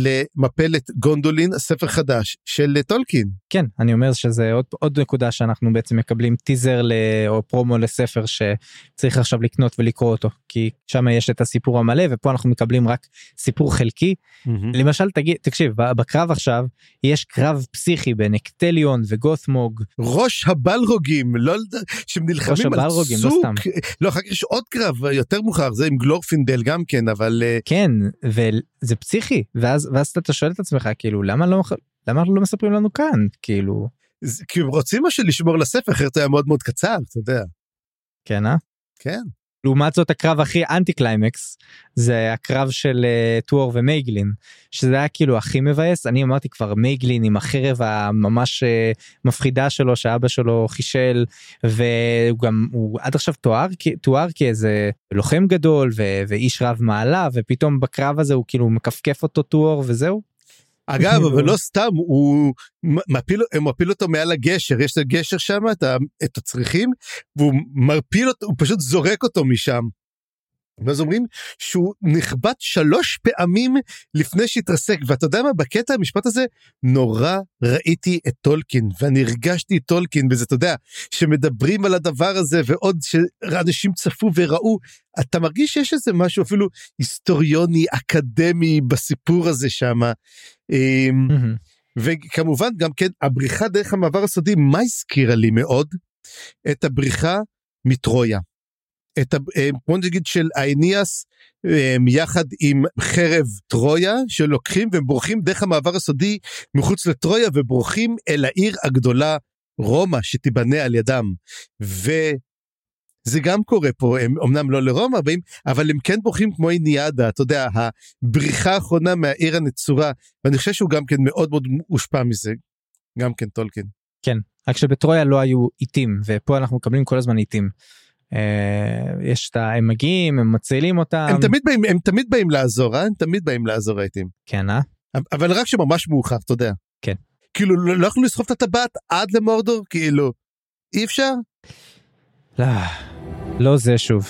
למפלת גונדולין, ספר חדש של טולקין. כן, אני אומר שזה עוד, עוד נקודה שאנחנו בעצם מקבלים טיזר ל, או פרומו לספר שצריך עכשיו לקנות ולקרוא אותו, כי שם יש את הסיפור המלא, ופה אנחנו מקבלים רק סיפור חלקי. Mm-hmm. למשל, תגיד, תקשיב, בקרב עכשיו, יש קרב פסיכי בין אקטליון וגות'מוג. ראש הבלרוגים, לא, שנלחמים על הבלרוגים, צוק. לא סתם. לא, אחר כך יש עוד קרב יותר מאוחר, זה עם גלורפינדל גם כן, אבל... כן, וזה פסיכי, ואז, ואז אתה שואל את עצמך, כאילו, למה לא, למה לא מספרים לנו כאן, כאילו? כי הם רוצים משהו לשמור לספר, אחרת היה מאוד מאוד קצר, אתה יודע. כן, אה? כן. לעומת זאת, הקרב הכי אנטי קליימקס, זה הקרב של uh, טואר ומייגלין, שזה היה כאילו הכי מבאס. אני אמרתי כבר, מייגלין עם החרב הממש uh, מפחידה שלו, שאבא שלו חישל, והוא גם, הוא עד עכשיו תואר, תואר כאיזה לוחם גדול, ו- ואיש רב מעלה, ופתאום בקרב הזה הוא כאילו מקפקף אותו טואר, וזהו. אגב, אבל לא סתם, הוא מפיל, מפיל אותו מעל הגשר, יש את הגשר שם, את, את הצריכים, והוא מרפיל אותו, הוא פשוט זורק אותו משם. ואז אומרים שהוא נכבט שלוש פעמים לפני שהתרסק, ואתה יודע מה, בקטע המשפט הזה, נורא ראיתי את טולקין, ואני הרגשתי את טולקין, וזה אתה יודע, שמדברים על הדבר הזה, ועוד שאנשים צפו וראו, אתה מרגיש שיש איזה משהו אפילו היסטוריוני, אקדמי, בסיפור הזה שם, וכמובן גם כן, הבריחה דרך המעבר הסודי, מה הזכירה לי מאוד? את הבריחה מטרויה. את בוא נגיד של האניאס, יחד עם חרב טרויה, שלוקחים והם בורחים דרך המעבר הסודי מחוץ לטרויה, ובורחים אל העיר הגדולה רומא, שתיבנה על ידם, וזה גם קורה פה, הם אמנם לא לרומא, אבל הם כן בורחים כמו איניאדה, אתה יודע, הבריחה האחרונה מהעיר הנצורה, ואני חושב שהוא גם כן מאוד מאוד מושפע מזה, גם כן טולקין. כן, רק שבטרויה לא היו עיתים, ופה אנחנו מקבלים כל הזמן עיתים. יש את הם מגיעים, הם מצילים אותם. הם תמיד באים, הם תמיד באים לעזור, אה? הם תמיד באים לעזור העיתים. כן, אה? אבל רק שממש מאוחר, אתה יודע. כן. כאילו, לא יכולו לסחוב את הטבעת עד למורדור, כאילו, אי אפשר? לא, לא זה שוב.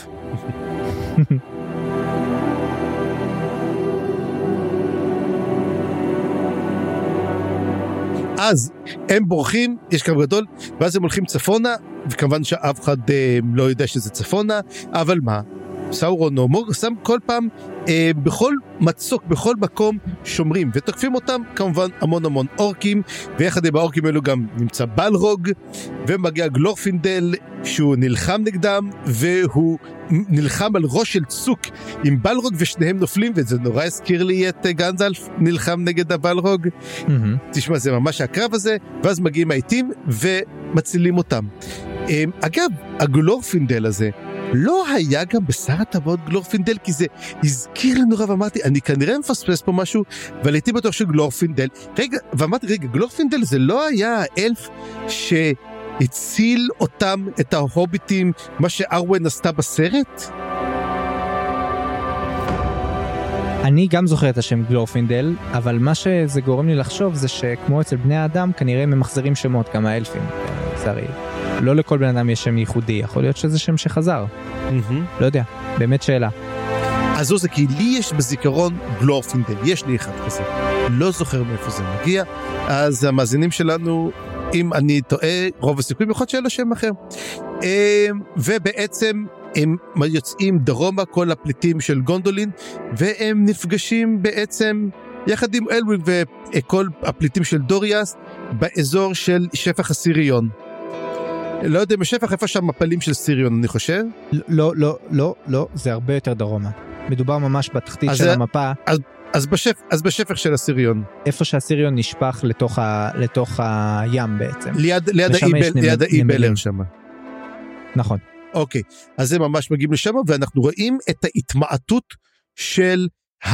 אז הם בורחים, יש קו גדול, ואז הם הולכים צפונה, וכמובן שאף אחד אה, לא יודע שזה צפונה, אבל מה? סאורון או מור, שם כל פעם, אה, בכל מצוק, בכל מקום שומרים, ותוקפים אותם כמובן המון המון אורקים, ויחד עם האורקים האלו גם נמצא בלרוג, ומגיע גלורפינדל, שהוא נלחם נגדם, והוא נלחם על ראש של צוק עם בלרוג, ושניהם נופלים, וזה נורא הזכיר לי את גנזלף, נלחם נגד הבלרוג, mm-hmm. תשמע, זה ממש הקרב הזה, ואז מגיעים העיתים, ומצילים אותם. אה, אגב, הגלורפינדל הזה, לא היה גם בשר הטבעות גלורפינדל, כי זה הזכיר לנו רב, אמרתי, אני כנראה מפספס פה משהו, אבל הייתי בטוח שגלורפינדל, רגע, ואמרתי, רגע, גלורפינדל זה לא היה האלף שהציל אותם, את ההוביטים, מה שארוון עשתה בסרט? אני גם זוכר את השם גלורפינדל, אבל מה שזה גורם לי לחשוב זה שכמו אצל בני האדם, כנראה הם ממחזרים שמות, כמה אלפים, לצערי. לא לכל בן אדם יש שם ייחודי, יכול להיות שזה שם שחזר. Mm-hmm. לא יודע, באמת שאלה. אז זה כי לי יש בזיכרון גלורפינדל, יש לי אחד כזה. לא זוכר מאיפה זה מגיע, אז המאזינים שלנו, אם אני טועה, רוב הסיכויים יכול שיהיה לו שם אחר. ובעצם הם יוצאים דרומה, כל הפליטים של גונדולין, והם נפגשים בעצם יחד עם אלווינג וכל הפליטים של דוריאס, באזור של שפח הסיריון. לא יודע, משפח איפה שם מפלים של סיריון, אני חושב? לא, לא, לא, לא, זה הרבה יותר דרומה. מדובר ממש בתחתית של המפה. אז, אז, בשפ, אז בשפח של הסיריון. איפה שהסיריון נשפח לתוך, ה, לתוך הים בעצם. ליד, ליד האי בלר שם. נכון. אוקיי, אז הם ממש מגיעים לשם, ואנחנו רואים את ההתמעטות של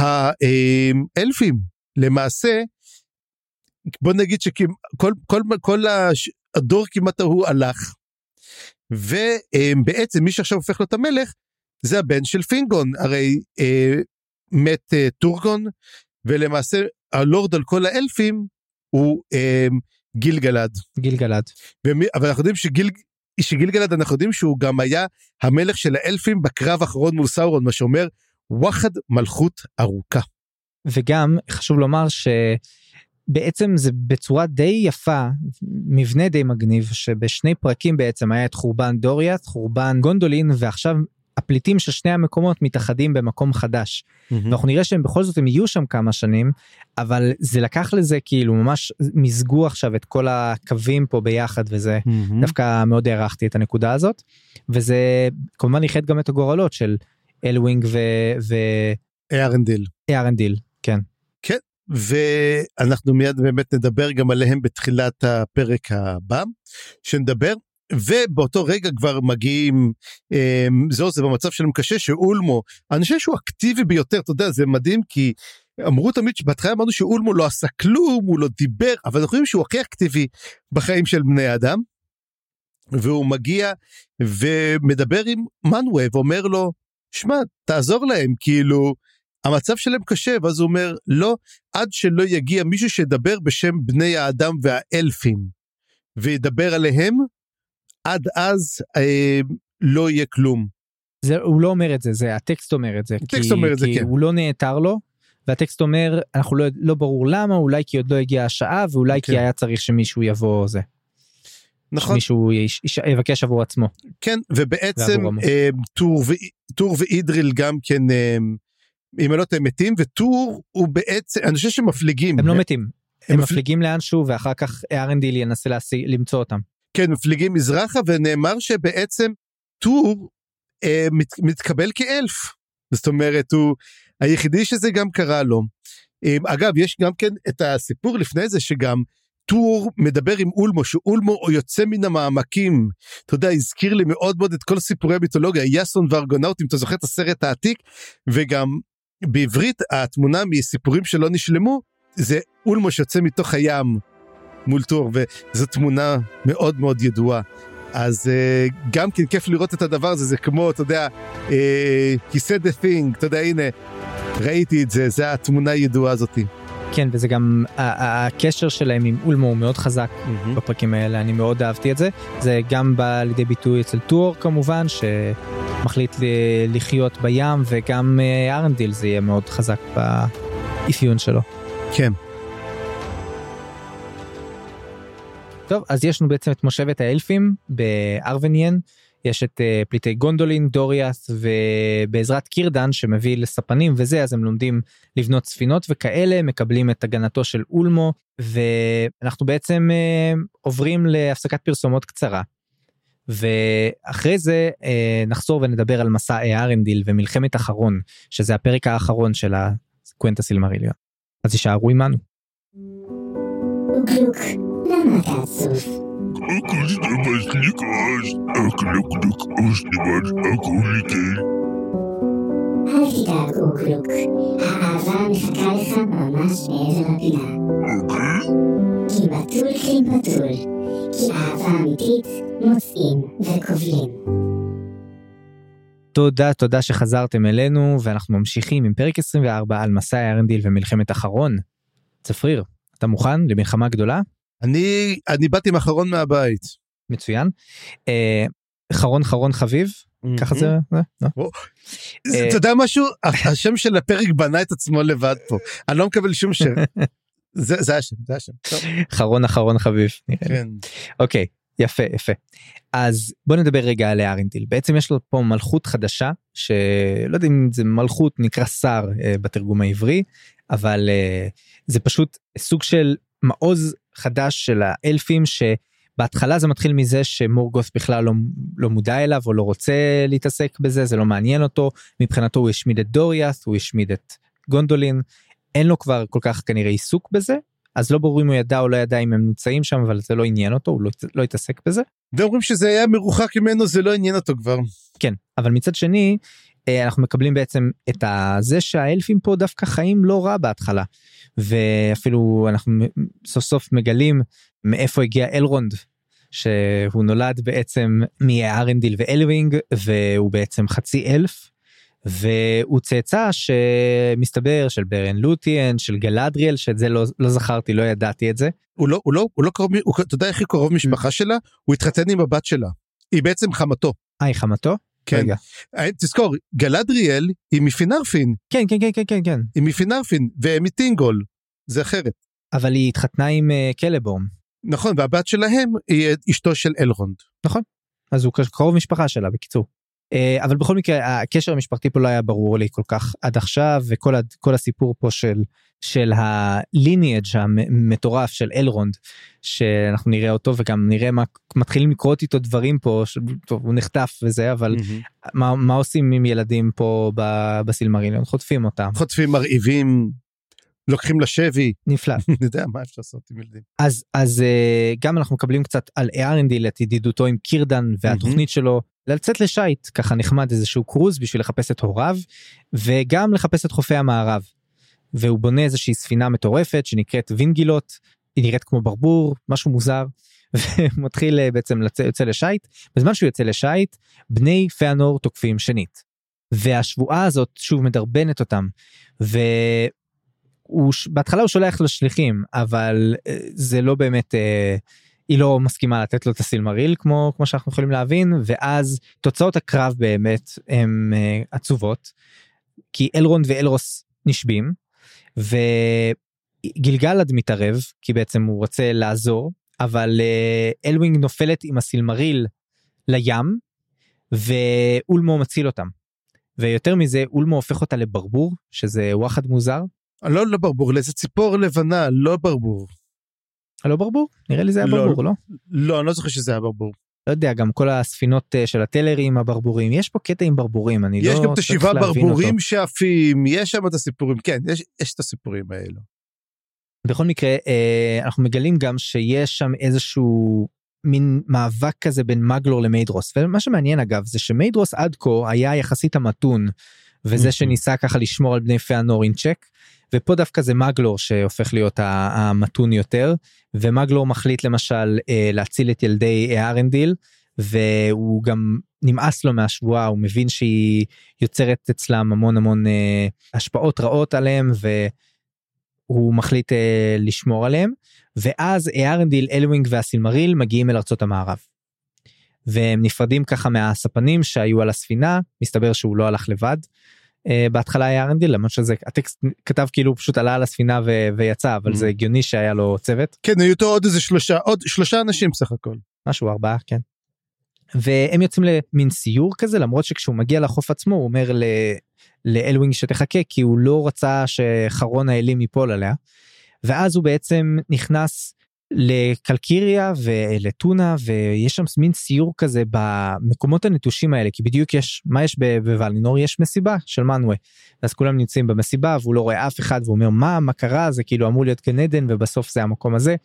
האלפים. למעשה, בוא נגיד שכל כל, כל, כל הש... הדור כמעט הוא הלך, ובעצם מי שעכשיו הופך לו את המלך, זה הבן של פינגון, הרי אה, מת אה, טורגון, ולמעשה הלורד על כל האלפים, הוא אה, גילגלד. גילגלד. ומי, אבל אנחנו יודעים שגיל, שגילגלד, אנחנו יודעים שהוא גם היה המלך של האלפים, בקרב האחרון מול סאורון, מה שאומר, וחד מלכות ארוכה. וגם חשוב לומר ש... בעצם זה בצורה די יפה, מבנה די מגניב, שבשני פרקים בעצם היה את חורבן דוריאס, חורבן גונדולין, ועכשיו הפליטים של שני המקומות מתאחדים במקום חדש. Mm-hmm. ואנחנו נראה שהם בכל זאת הם יהיו שם כמה שנים, אבל זה לקח לזה כאילו ממש מזגו עכשיו את כל הקווים פה ביחד, וזה mm-hmm. דווקא מאוד הערכתי את הנקודה הזאת, וזה כמובן ייחד גם את הגורלות של אלווינג ו... ו... ארנדיל. ארנדיל, כן. כן. ואנחנו מיד באמת נדבר גם עליהם בתחילת הפרק הבא, שנדבר, ובאותו רגע כבר מגיעים, זהו, זה במצב שלהם קשה, שאולמו, אני חושב שהוא אקטיבי ביותר, אתה יודע, זה מדהים, כי אמרו תמיד שבהתחלה אמרנו שאולמו לא עשה כלום, הוא לא דיבר, אבל אנחנו חושבים שהוא הכי אקטיבי בחיים של בני אדם, והוא מגיע ומדבר עם מנווה, ואומר לו, שמע, תעזור להם, כאילו, המצב שלהם קשה, ואז הוא אומר, לא, עד שלא יגיע מישהו שידבר בשם בני האדם והאלפים, וידבר עליהם, עד אז אה, לא יהיה כלום. זה, הוא לא אומר את זה, זה הטקסט אומר את זה. הטקסט כי, אומר את זה, כי כן. הוא לא נעתר לו, והטקסט אומר, אנחנו לא, לא ברור למה, אולי כי עוד לא הגיעה השעה, ואולי כן. כי היה צריך שמישהו יבוא זה. נכון. שמישהו יש, יש, יבקש עבור עצמו. כן, ובעצם אה, טור, ו, טור ואידריל גם כן, אה, אם לא אתם מתים, וטור הוא בעצם, אני חושב שמפליגים. הם לא מתים, הם, הם מפליגים לאנשהו, ואחר כך ארנדיל ינסה להשיג, למצוא אותם. כן, מפליגים מזרחה, ונאמר שבעצם טור אה, מת, מתקבל כאלף, זאת אומרת, הוא היחידי שזה גם קרה לו. אה, אגב, יש גם כן את הסיפור לפני זה, שגם טור מדבר עם אולמו, שאולמו יוצא מן המעמקים, אתה יודע, הזכיר לי מאוד מאוד את כל סיפורי המיתולוגיה, יאסון וארגונאוטים, אתה זוכר את הסרט העתיק, וגם בעברית התמונה מסיפורים שלא נשלמו, זה אולמו שיוצא מתוך הים מול טור, וזו תמונה מאוד מאוד ידועה. אז uh, גם כן כיף לראות את הדבר הזה, זה כמו, אתה יודע, uh, he said the thing, אתה יודע, הנה, ראיתי את זה, זה התמונה הידועה הזאת. כן, וזה גם, הקשר שלהם עם אולמו הוא מאוד חזק mm-hmm. בפרקים האלה, אני מאוד אהבתי את זה. זה גם בא לידי ביטוי אצל טור כמובן, שמחליט לחיות בים, וגם ארנדיל זה יהיה מאוד חזק באפיון שלו. כן. טוב, אז יש לנו בעצם את מושבת האלפים בארוונין, יש את uh, פליטי גונדולין, דוריאס, ובעזרת קירדן שמביא לספנים וזה, אז הם לומדים לבנות ספינות וכאלה, מקבלים את הגנתו של אולמו, ואנחנו בעצם uh, עוברים להפסקת פרסומות קצרה, ואחרי זה uh, נחזור ונדבר על מסע ארנדיל ומלחמת אחרון, שזה הפרק האחרון של הקוונטה סילמריליון. אז יישארו עמנו. גלוק, למה אתה עצוב? הכל שתבש לי כעס, הקלוק או שתבש הכל איתן. אל תדאג אוקלוק, האהבה מחכה לך ממש מעבר לפינה. אוקיי? כי בתול כלים בתול, כי אהבה אמיתית מוצאים וקובלים. תודה, תודה שחזרתם אלינו, ואנחנו ממשיכים עם פרק עשרים וארבע על מסע ארנדיל ומלחמת אחרון. צפריר, אתה מוכן למלחמה גדולה? אני, אני באתי עם אחרון מהבית. מצוין. אה, אחרון חרון חביב, ככה זה? אתה יודע משהו? השם של הפרק בנה את עצמו לבד פה. אני לא מקבל שום שם. זה השם, זה השם. אחרון אחרון חביב. כן. אוקיי, יפה, יפה. אז בוא נדבר רגע על ארנדיל. בעצם יש לו פה מלכות חדשה, שלא יודע אם זה מלכות, נקרא שר בתרגום העברי, אבל זה פשוט סוג של מעוז חדש של האלפים, שבהתחלה זה מתחיל מזה שמורגות בכלל לא, לא מודע אליו, או לא רוצה להתעסק בזה, זה לא מעניין אותו, מבחינתו הוא השמיד את דוריאס, הוא השמיד את גונדולין, אין לו כבר כל כך כנראה עיסוק בזה, אז לא ברור אם הוא ידע או לא ידע אם הם נמצאים שם, אבל זה לא עניין אותו, הוא לא, לא התעסק בזה. ואומרים שזה היה מרוחק ממנו, זה לא עניין אותו כבר. כן, אבל מצד שני, אנחנו מקבלים בעצם את זה שהאלפים פה דווקא חיים לא רע בהתחלה, ואפילו אנחנו סוף סוף מגלים מאיפה הגיע אלרונד, שהוא נולד בעצם מארנדיל ואלווינג, והוא בעצם חצי אלף, והוא צאצא שמסתבר של ברן לותיאן, של גלדריאל, שאת זה לא, לא זכרתי, לא ידעתי את זה. הוא לא, הוא לא, הוא לא קרוב, הוא, אתה יודע איך היא קרוב משפחה שלה? הוא התחתן עם הבת שלה, היא בעצם חמתו. אה, היא חמתו? כן. רגע. תזכור, גלדריאל היא מפינרפין. כן, כן, כן, כן, כן, כן. היא מפינרפין, ומטינגול, זה אחרת. אבל היא התחתנה עם uh, קלבורן. נכון, והבת שלהם היא אשתו של אלרונד. נכון, אז הוא קרוב משפחה שלה, בקיצור. Uh, אבל בכל מקרה, הקשר המשפחתי פה לא היה ברור לי כל כך עד עכשיו, וכל כל הסיפור פה של, של הליניאג' המטורף של אלרונד, שאנחנו נראה אותו, וגם נראה מה, מתחילים לקרות איתו דברים פה, ש... טוב, הוא נחטף וזה, אבל mm-hmm. מה, מה עושים עם ילדים פה בסילמריליון? חוטפים אותם. חוטפים, מרעיבים, לוקחים לשבי. נפלא. אני יודע מה אפשר לעשות עם ילדים. אז, אז גם אנחנו מקבלים קצת על ארנדיל, את ידידותו עם קירדן, והתוכנית mm-hmm. שלו, לצאת לשייט, ככה נחמד איזשהו קרוז בשביל לחפש את הוריו, וגם לחפש את חופי המערב. והוא בונה איזושהי ספינה מטורפת, שנקראת וינגילות, היא נראית כמו ברבור, משהו מוזר, ומתחיל בעצם לצא, יוצא לשייט, בזמן שהוא יוצא לשייט, בני פאנור תוקפים שנית. והשבועה הזאת שוב מדרבנת אותם, ובהתחלה הוא שולח לשליחים, אבל זה לא באמת... היא לא מסכימה לתת לו את הסילמריל, כמו, כמו שאנחנו יכולים להבין, ואז תוצאות הקרב באמת הן uh, עצובות, כי אלרונד ואלרוס נשבים, וגילגלד מתערב, כי בעצם הוא רוצה לעזור, אבל uh, אלווינג נופלת עם הסילמריל לים, ואולמו מציל אותם. ויותר מזה, אולמו הופך אותה לברבור, שזה וואחד מוזר. לא לברבור, לאיזה ציפור לבנה, לא ברבור. לא ברבור? נראה לי זה היה ברבור, לא? לא, אני לא זוכר שזה היה ברבור. לא יודע, גם כל הספינות של הטלרים, הברבורים, יש פה קטע עם ברבורים, אני לא... יש גם את השבעה ברבורים שאפים, יש שם את הסיפורים, כן, יש, יש את הסיפורים האלו. בכל מקרה, אנחנו מגלים גם שיש שם איזשהו מין מאבק כזה בין מגלור למיידרוס, ומה שמעניין אגב, זה שמיידרוס עד כה היה יחסית המתון, וזה שניסה ככה לשמור על בני פאנור אין צ'ק, ופה דווקא זה מגלור שהופך להיות המתון יותר, ומגלור מחליט למשל להציל את ילדי ארנדיל, והוא גם נמאס לו מהשבועה, הוא מבין שהיא יוצרת אצלם המון המון השפעות רעות עליהם, והוא מחליט לשמור עליהם, ואז ארנדיל, אלווינג והסילמריל מגיעים אל ארצות המערב. והם נפרדים ככה מהספנים שהיו על הספינה, מסתבר שהוא לא הלך לבד, בהתחלה היה ארנדיל, למרות שזה, הטקסט כתב כאילו הוא פשוט עלה על הספינה ו- ויצא, אבל זה הגיוני שהיה לו צוות. כן, היו אותו עוד איזה שלושה, עוד שלושה אנשים סך הכל. משהו, ארבעה, כן. והם יוצאים למין סיור כזה, למרות שכשהוא מגיע לחוף עצמו, הוא אומר ל- לאלווינג שתחכה, כי הוא לא רצה שחרון האלים ייפול עליה, ואז הוא בעצם נכנס לקלקיריה ולטונה, ויש שם מין סיור כזה במקומות הנטושים האלה, כי בדיוק יש, מה יש בוולינור? יש מסיבה של מנווה, אז כולם נמצאים במסיבה, והוא לא רואה אף אחד, והוא אומר, מה, מה קרה? זה כאילו אמור להיות גן עדן, ובסוף זה המקום הזה,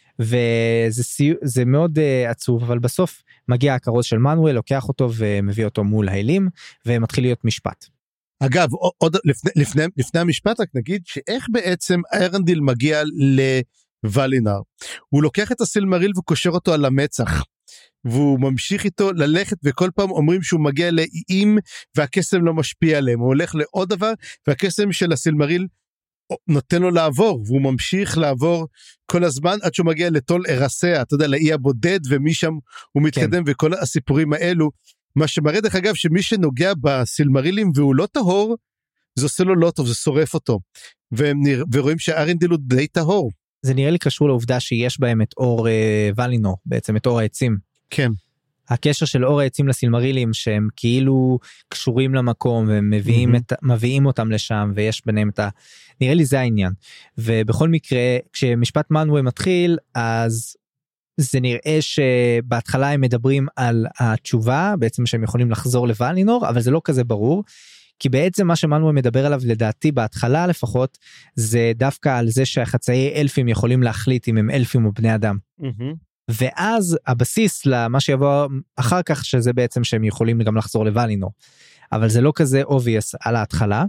וזה סיור, זה מאוד uh, עצוב, אבל בסוף מגיע הכרוז של מנווה, לוקח אותו ומביא אותו מול האלים, ומתחיל להיות משפט. אגב, עוד לפני, לפני, לפני המשפט, רק נגיד, שאיך בעצם ארנדיל מגיע ל... ולינר. הוא לוקח את הסילמריל וקושר אותו על המצח, והוא ממשיך איתו ללכת, וכל פעם אומרים שהוא מגיע לאיים, והקסם לא משפיע עליהם, הוא הולך לעוד דבר, והקסם של הסילמריל נותן לו לעבור, והוא ממשיך לעבור כל הזמן, עד שהוא מגיע לטול ארסיה, אתה יודע, לאי הבודד, ומשם הוא מתקדם, כן. וכל הסיפורים האלו, מה שמראה דרך אגב, שמי שנוגע בסילמרילים, והוא לא טהור, זה עושה לו לא טוב, זה שורף אותו, ונרא... ורואים שארנדיל הוא די טהור, זה נראה לי קשור לעובדה שיש בהם את אור אה, ולינור, בעצם את אור העצים. כן. הקשר של אור העצים לסילמרילים, שהם כאילו קשורים למקום, ומביאים את, מביאים אותם לשם, ויש ביניהם את ה... נראה לי זה העניין. ובכל מקרה, כשמשפט מנווה מתחיל, אז זה נראה שבהתחלה הם מדברים על התשובה, בעצם שהם יכולים לחזור לוולינור, אבל זה לא כזה ברור, כי בעצם מה שמנווה מדבר עליו, לדעתי בהתחלה לפחות, זה דווקא על זה שהחצאי אלפים יכולים להחליט אם הם אלפים או בני אדם. Mm-hmm. ואז הבסיס למה שיבוא אחר כך, שזה בעצם שהם יכולים גם לחזור לוולינור. אבל זה לא כזה obvious על ההתחלה,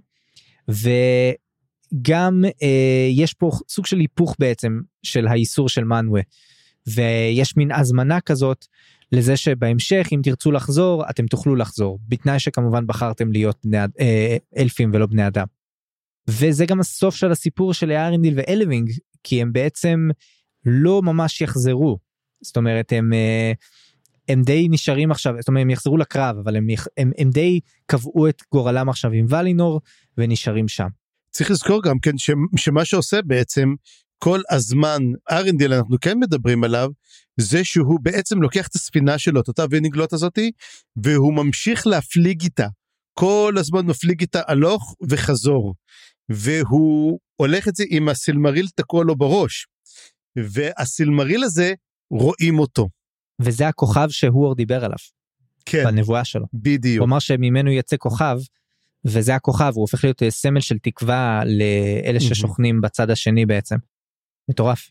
וגם אה, יש פה סוג של היפוך בעצם, של האיסור של מנווה, ויש מין הזמנה כזאת, לזה שבהמשך אם תרצו לחזור, אתם תוכלו לחזור, בתנאי שכמובן בחרתם להיות בני, אה, אלפים ולא בני אדם. וזה גם הסוף של הסיפור של ארנדיל ואלווינג, כי הם בעצם לא ממש יחזרו, זאת אומרת הם, הם די נשארים עכשיו, זאת אומרת הם יחזרו לקרב, אבל הם, הם, הם די קבעו את גורלם עכשיו עם ולינור, ונשארים שם. צריך לזכור גם כן שמה שעושה בעצם, כל הזמן ארנדיל אנחנו כן מדברים עליו, זה שהוא בעצם לוקח את הספינה שלו, את אותה ונגלוט הזאתי, והוא ממשיך להפליג איתה, כל הזמן מפליג איתה הלוך וחזור, והוא הולך את זה עם הסילמריל תקוע לו בראש, והסילמריל הזה רואים אותו. וזה הכוכב שהואר דיבר עליו, כן, בנבואה שלו. בדיוק. הוא אמר שממנו יצא כוכב, וזה הכוכב, הוא הופך להיות סמל של תקווה לאלה ששוכנים בצד השני בעצם. מטורף.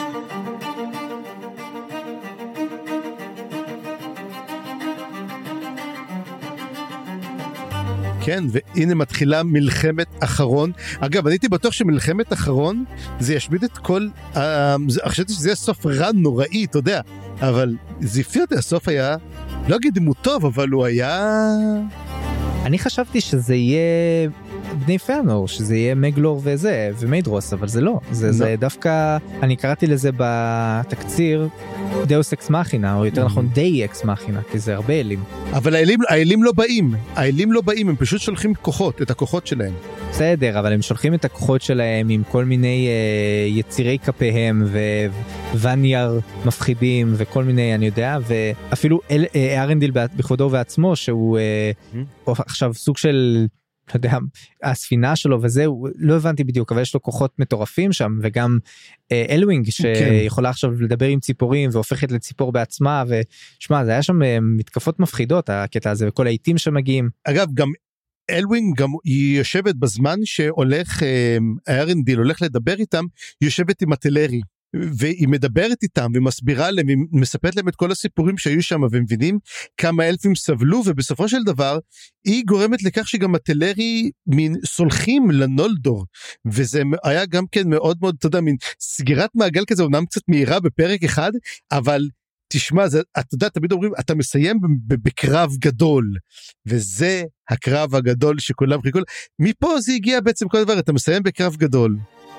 כן, והנה מתחילה מלחמת אחרון. אגב, אני הייתי בטוח שמלחמת אחרון זה ישמיד את כל, חשבתי שזה יהיה סוף רע נוראי, אתה יודע, אבל זה הפתיע אותי, הסוף היה, לא אגיד אם הוא טוב, אבל הוא היה... אני חשבתי שזה יהיה בני פאנור, שזה יהיה מגלור וזה, ומיידרוס, אבל זה לא. זה, זה דווקא, אני קראתי לזה בתקציר, דאוס אקס מכינה, או יותר נכון די אקס מכינה, כי זה הרבה אלים. אבל האלים, האלים לא באים, האלים לא באים, הם פשוט שולחים כוחות, את הכוחות שלהם. בסדר, אבל הם שולחים את הכוחות שלהם עם כל מיני אה, יצירי כפיהם, ווונייר מפחידים, וכל מיני, אני יודע, ואפילו אל, אה, ארנדיל בכבודו ועצמו, שהוא אה, mm-hmm. עכשיו סוג של לא יודע, הספינה שלו וזה, לא הבנתי בדיוק, אבל יש לו כוחות מטורפים שם, וגם אה, אלווינג שיכולה עכשיו לדבר עם ציפורים, והופכת לציפור בעצמה, ושמע, זה היה שם אה, מתקפות מפחידות, הקטע הזה, וכל העיתים שמגיעים. אגב, גם אלווינג, גם היא יושבת בזמן שהולך, ארנדיל הולך לדבר איתם, היא יושבת עם הטלרי, והיא מדברת איתם, ומסבירה להם, ומספרת להם את כל הסיפורים שהיו שם, ומבינים כמה אלפים סבלו, ובסופו של דבר, היא גורמת לכך שגם הטלרי מין סולחים לנולדור, וזה היה גם כן מאוד מאוד, אתה יודע, מין סגירת מעגל כזה, אומנם קצת מהירה בפרק אחד, אבל תשמע, זה, אתה יודע, תמיד אומרים, אתה מסיים בקרב גדול, וזה הקרב הגדול שכולם חיכו, מפה זה הגיע בעצם כל דבר, אתה מסיים בקרב גדול.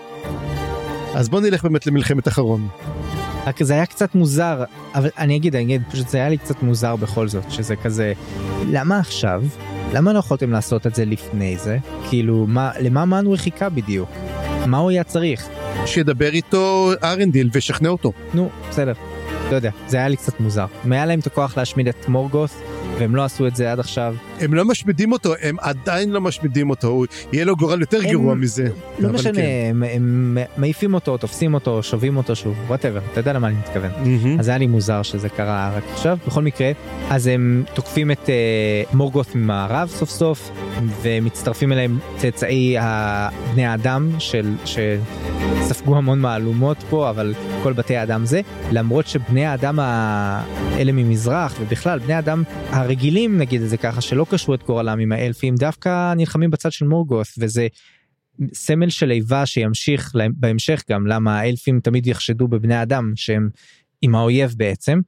אז בוא נלך באמת למלחמת אחרון. רק זה היה קצת מוזר, אבל אני אגיד, אני אגיד, פשוט זה היה לי קצת מוזר בכל זאת, שזה כזה, למה עכשיו? למה לא יכולתם לעשות את זה לפני זה? כאילו, מה, למה מנו חיכה בדיוק? מה הוא היה צריך? שידבר איתו ארנדיל ושכנע אותו. נו, בסדר. לא יודע, זה היה לי קצת מוזר. אם היה להם את הכוח להשמיד את מורגות, והם לא עשו את זה עד עכשיו. הם לא משמידים אותו, הם עדיין לא משמידים אותו, הוא יהיה לו גורל יותר הם... גרוע מזה. לא משנה, כן. הם, הם מעיפים אותו, תופסים אותו, שובים אותו שוב, whatever, אתה יודע למה אני מתכוון. Mm-hmm. אז היה לי מוזר שזה קרה רק עכשיו. בכל מקרה, אז הם תוקפים את uh, מורגות ממערב סוף סוף, ומצטרפים אליהם צאצאי בני האדם, של, שספגו המון מהלומות פה, אבל כל בתי האדם זה, למרות שבני האדם האלה ממזרח, ובכלל בני האדם הרגילים, נגיד את זה ככה, שלא קשרו את גורלם עם האלפים, דווקא נלחמים בצד של מורגות, וזה סמל של איבה שימשיך בהמשך גם, למה האלפים תמיד יחשדו בבני אדם, שהם עם האויב בעצם,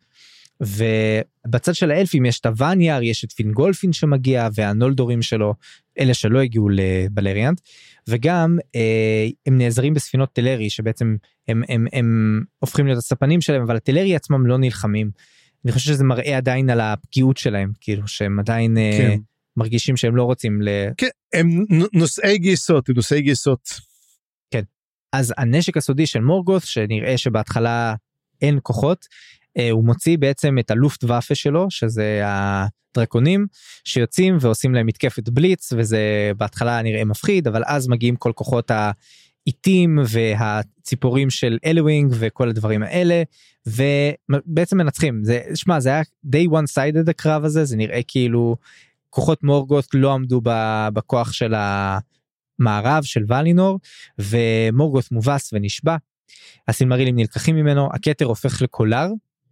ובצד של האלפים יש את הווניאר, יש את פינגולפין שמגיע, והנולדורים שלו, אלה שלא הגיעו לבלריאנט, וגם אה, הם נעזרים בספינות טלרי, שבעצם הם, הם, הם הופכים להיות הספנים שלהם, אבל הטלרי עצמם לא נלחמים, אני חושב שזה מראה עדיין על הפגיעות שלהם, כאילו שהם עדיין כן. uh, מרגישים שהם לא רוצים ל... כן, הם נושאי גיסות, הם נושאי גיסות. כן, אז הנשק הסודי של מורגות, שנראה שבהתחלה אין כוחות, uh, הוא מוציא בעצם את הלופט ואפה שלו, שזה הדרקונים, שיוצאים ועושים להם מתקפת בליץ, וזה בהתחלה נראה מפחיד, אבל אז מגיעים כל כוחות העיתים, והציפורים של אלווינג, וכל הדברים האלה, ובעצם מנצחים. זה, שמה, זה היה די one sided הקרב הזה, זה נראה כאילו כוחות מורגות לא עמדו בכוח של המערב של ולינור, ומורגות מובס ונשבע, הסילמרילים נלקחים ממנו, הכתר הופך לקולר,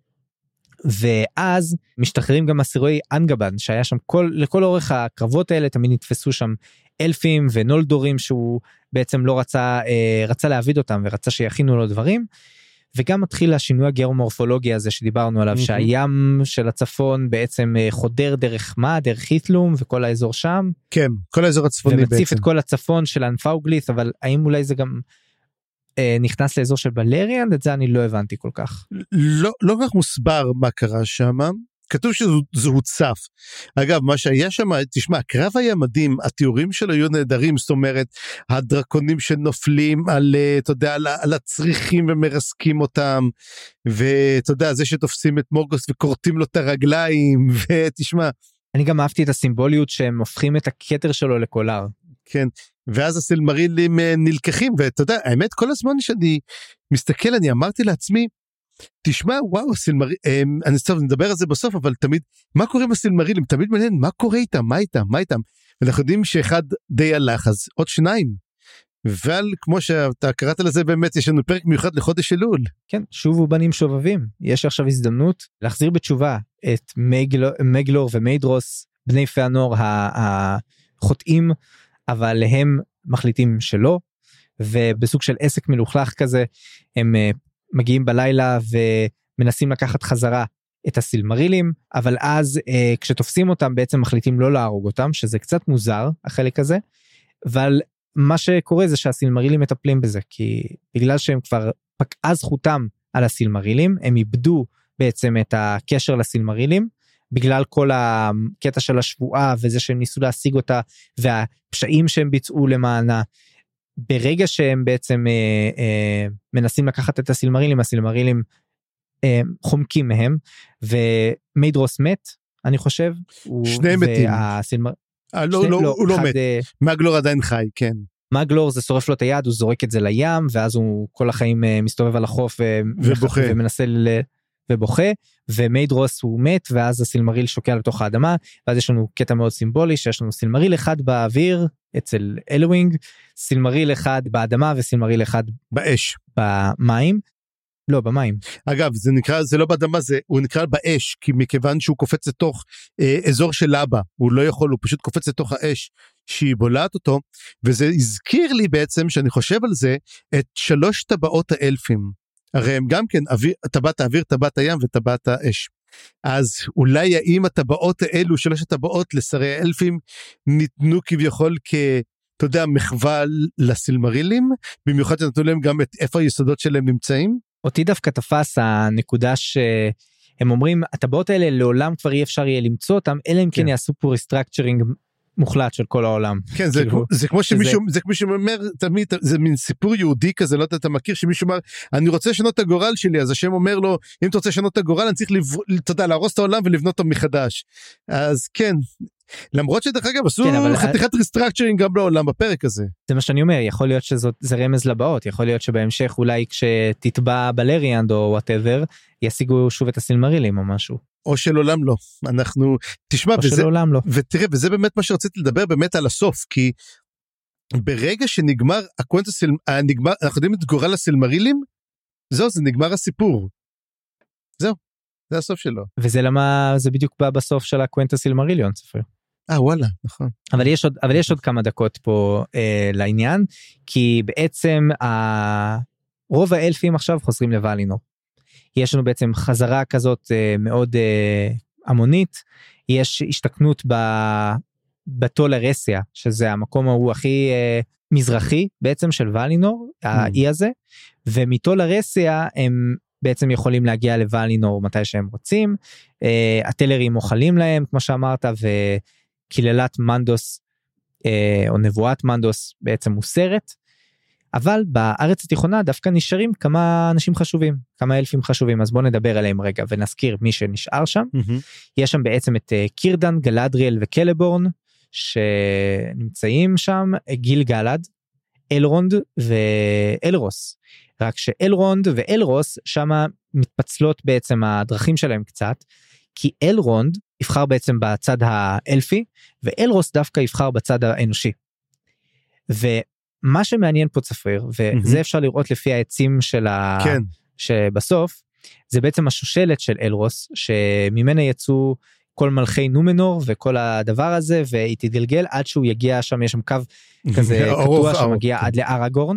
ואז משתחררים גם אסירי אנגבן, שהיה שם כל, לכל אורך הקרבות האלה, תמיד נתפסו שם אלפים ונולדורים, שהוא בעצם לא רצה, רצה להעביד אותם, ורצה שיכינו לו דברים, וגם מתחיל השינוי הגיאומורפולוגי הזה שדיברנו עליו, שהים של הצפון בעצם חודר דרך מה? דרך היתלום וכל האזור שם. כן, כל האזור הצפוני בעצם. ומציף את כל הצפון של אנפאוגלית', אבל האם אולי זה גם אה, נכנס לאזור של בלריאן? את זה אני לא הבנתי כל כך. לא, לא כך מוסבר מה קרה שם. כתוב שזה הוצף. אגב, מה שהיה שם, תשמע, הקרב היה מדהים, התיאורים שלו היו נהדרים, זאת אומרת, הדרקונים שנופלים על, אתה יודע, על, על הצריכים ומרסקים אותם, ואתה יודע, זה שתופסים את מורגוס וקורטים לו את הרגליים, ותשמע. אני גם אהבתי את הסימבוליות שהם הופכים את הכתר שלו לקולר. כן, ואז הסילמרילים נלקחים, ואתה יודע, האמת, כל הזמן שאני מסתכל, אני אמרתי לעצמי, תשמע, וואו, הסילמרילים, אני סוף, נדבר על זה בסוף, אבל תמיד, מה קורה עם הסילמרילים? תמיד מעניין, מה קורה איתם? מה איתם? מה איתם? ואנחנו יודעים שאחד די הלך, אז עוד שניים. אבל כמו שאתה קראת לזה באמת, יש לנו פרק מיוחד לחודש אלול. כן, שובו בנים שובבים. יש עכשיו הזדמנות להחזיר בתשובה את מגלור, מגלור ומיידרוס, בני פאנור החוטאים, אבל הם מחליטים שלא, ובסוג של עסק מלוכלך כזה, הם מגיעים בלילה ומנסים לקחת חזרה את הסילמרילים, אבל אז אה, כשתופסים אותם בעצם מחליטים לא להרוג אותם, שזה קצת מוזר החלק הזה, אבל מה שקורה זה שהסילמרילים מטפלים בזה, כי בגלל שהם כבר פקעה זכותם על הסילמרילים, הם איבדו בעצם את הקשר לסילמרילים, בגלל כל הקטע של השבועה וזה שהם ניסו להשיג אותה, והפשעים שהם ביצעו למענה, ברגע שהם בעצם אה, אה, מנסים לקחת את הסילמרילים, הסילמרילים אה, חומקים מהם, ומיידרוס מת, אני חושב. שני מתים. הסילמר... אה, לא, שני, לא, לא, הוא לא אחד, מת. אה, מגלור עדיין חי, כן. מגלור זה שורף לו את היד, הוא זורק את זה לים, ואז הוא כל החיים אה, מסתובב על החוף ו... ובוכה. ומנסה ל... ובוכה, ומיידרוס הוא מת, ואז הסילמריל שוקע לתוך האדמה, ואז יש לנו קטע מאוד סימבולי, שיש לנו סילמריל אחד באוויר, אצל אלווינג, סילמריל אחד באדמה, וסילמריל אחד באש. במים, לא, במים. אגב, זה נקרא, זה לא באדמה, זה, הוא נקרא באש, כי מכיוון שהוא קופץ לתוך אה, אזור של אבא, הוא לא יכול, הוא פשוט קופץ לתוך האש, שהיא בולעת אותו, וזה הזכיר לי בעצם, שאני חושב על זה, את שלוש טבעות האלפים. הרי הם גם כן, אוויר, טבעת האוויר, טבעת הים וטבעת האש. אז אולי האם הטבעות האלו, שלוש הטבעות לשרי האלפים, ניתנו כביכול כ... אתה יודע, מחווה לסילמרילים, במיוחד שנתנו להם גם את איפה היסודות שלהם נמצאים? אותי דווקא תפס הנקודה שהם אומרים, הטבעות האלה לעולם כבר אי אפשר יהיה למצוא אותם, אלא אם כן יעשו פה ריסטרקצ'רינג מוחלט של כל העולם. כן, זה, כאילו, זה כמו שמישהו, זה כמו שאומר, תמיד, זה מין סיפור יהודי כזה, לא אתה מכיר, שמישהו אומר, אני רוצה לשנות את הגורל שלי, אז השם אומר לו, אם אתה רוצה לשנות את הגורל, אני צריך, אתה יודע, להרוס את העולם ולבנות אותו מחדש. אז כן, למרות שדרך אגב, עשו כן, אבל... חתיכת ריסטרקצ'רינג גם בעולם בפרק הזה. זה מה שאני אומר, יכול להיות שזה רמז לבאות, יכול להיות שבהמשך אולי כשתתבע בלריאנד או whatever, ישיגו שוב את הסילמרילים או משהו. או של עולם לא, אנחנו, תשמע, או של עולם לא. ותראה, וזה באמת מה שרציתי לדבר באמת על הסוף, כי ברגע שנגמר הקוונטה סיל, נגמר, אנחנו יודעים את גורל הסילמרילים, זהו, זה נגמר הסיפור. זהו, זה הסוף שלו. וזה למה, זה בדיוק בא בסוף של הקוונטה סילמריליון, ספר. אה, וואלה, נכון. אבל יש עוד, אבל יש עוד כמה דקות פה אה, לעניין, כי בעצם ה... רוב האלפים עכשיו חוזרים לוואלינור. יש לנו בעצם חזרה כזאת אה, מאוד אה, המונית, יש השתכנות ב... בטולרסיה, שזה המקום ההוא הכי אה, מזרחי בעצם של וואלינור, mm. האי הזה, ומטולרסיה הם בעצם יכולים להגיע לוואלינור מתי שהם רוצים, אה, הטלרים אוכלים להם, כמו שאמרת, וקיללת מנדוס, אה, או נבואת מנדוס בעצם מוסרת, אבל בארץ התיכונה דווקא נשארים כמה אנשים חשובים, כמה אלפים חשובים, אז בואו נדבר עליהם רגע, ונזכיר מי שנשאר שם, mm-hmm. יש שם בעצם את אה, קירדן, גלדריאל וקלבורן, שנמצאים שם, גיל גלד, אלרונד ואלרוס, רק שאלרונד ואלרוס שם מתפצלות בעצם הדרכים שלהם קצת, כי אלרונד יבחר בעצם בצד האלפי, ואלרוס דווקא יבחר בצד האנושי. ומה שמעניין פה צפריר, וזה mm-hmm. אפשר לראות לפי העצים של ה... כן. שבסוף, זה בעצם השושלת של אלרוס, שממנה יצאו כל מלכי נומנור וכל הדבר הזה, והיא תתגלגל עד שהוא יגיע שם, יש שם קו כזה קטוע שמגיע עד לארגורן,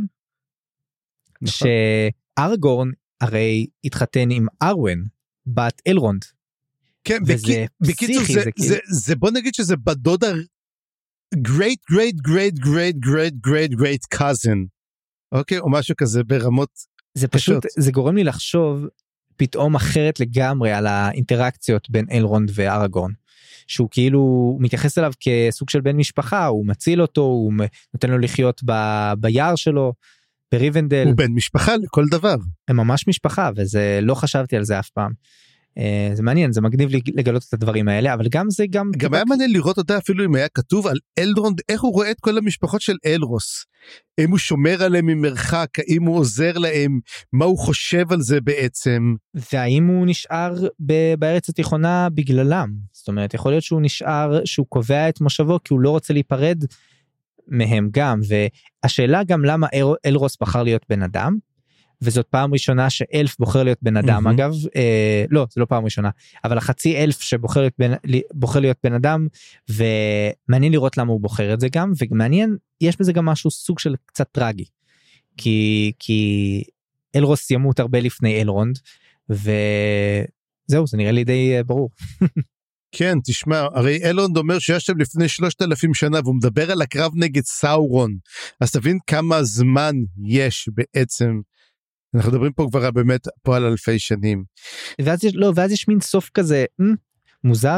שארגורן הרי התחתן עם ארוון, בת אלרונד. כן, בקיצור, זה בוא נגיד שזה בדוד great great great great great great great cousin, אוקיי, או משהו כזה ברמות. זה פשוט, זה גורם לי לחשוב פתאום אחרת לגמרי על האינטראקציות בין אלרונד וארגורן, שהוא כאילו מתייחס אליו כסוג של בן משפחה, הוא מציל אותו, הוא נותן לו לחיות ב, ביער שלו, בריבנדל. הוא בן משפחה לכל דבר. הם ממש משפחה, וזה לא חשבתי על זה אף פעם. זה מעניין, זה מגניב לגלות את הדברים האלה, אבל גם זה גם... גם היה מעניין לראות אותה אפילו אם היה כתוב על אלרונד, איך הוא רואה את כל המשפחות של אלרוס. אם הוא שומר עליהם ממרחק, האם הוא עוזר להם, מה הוא חושב על זה בעצם. והאם הוא נשאר ב- בארץ התיכונה בגללם. זאת אומרת, יכול להיות שהוא נשאר, שהוא קובע את מושבו, כי הוא לא רוצה להיפרד מהם גם. והשאלה גם למה אל- אלרוס בחר להיות בן אדם, וזאת פעם ראשונה שאלף בוחר להיות בן אדם, mm-hmm. אגב, אה, לא, זה לא פעם ראשונה, אבל החצי אלף שבוחר להיות בן, בוחר להיות בן אדם, ומעניין לראות למה הוא בוחר את זה גם, ומעניין, יש בזה גם משהו סוג של קצת טרגי, כי, כי אלרוס ימות הרבה לפני אלרונד, וזהו, זה נראה לי די ברור. כן, תשמע, הרי אלרונד אומר שיש שם לפני שלושת אלפים שנה, והוא מדבר על הקרב נגד סאורון, אז תבין כמה זמן יש בעצם, אנחנו מדברים פה כבר באמת פה על אלפי שנים. ואז יש, לא, ואז יש מין סוף כזה, מוזר,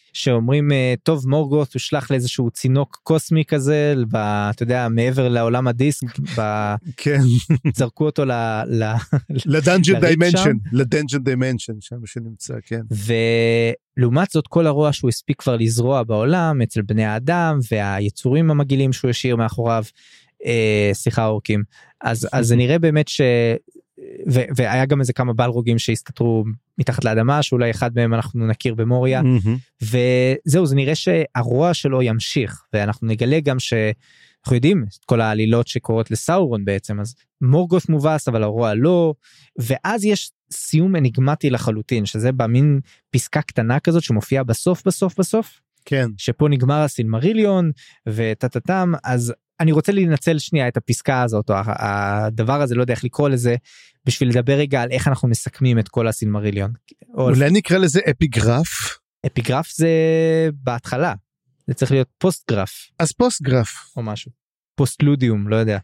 שאומרים, טוב, מורגות הוא שלח לאיזשהו צינוק קוסמי כזה, אתה יודע, מעבר לעולם הדיסק, כן. זרקו אותו לדנג'ן דיימנשן, לדנג'ן דיימנשן, שם שנמצא, כן. ולעומת זאת, כל הרוע שהוא הספיק כבר לזרוע בעולם, אצל בני האדם, והיצורים המגעילים שהוא השאיר מאחוריו, סליחה אורקים, אז זה נראה באמת ש... ו- והיה גם איזה כמה בלרוגים שהסתתרו מתחת לאדמה, שאולי אחד מהם אנחנו נכיר במוריה, mm-hmm. וזהו, זה נראה שהרוע שלו ימשיך, ואנחנו נגלה גם שאנחנו יודעים את כל העלילות שקורות לסאורון בעצם, אז מורגות מובס, אבל הרוע לא, ואז יש סיום אניגמטי לחלוטין, שזה במין פסקה קטנה כזאת, שמופיעה בסוף בסוף בסוף, כן. שפה נגמר הסילמריליון, וטטטם, אז אני רוצה לנצל שנייה את הפסקה הזאת, או הדבר הזה, לא יודע איך לקרוא לזה, בשביל לדבר רגע על איך אנחנו מסכמים את כל הסילמריליון. אולי נקרא לזה אפיגרף? אפיגרף זה בהתחלה, זה צריך להיות פוסט גרף. אז פוסט גרף. או משהו. פוסט לודיום, לא יודע.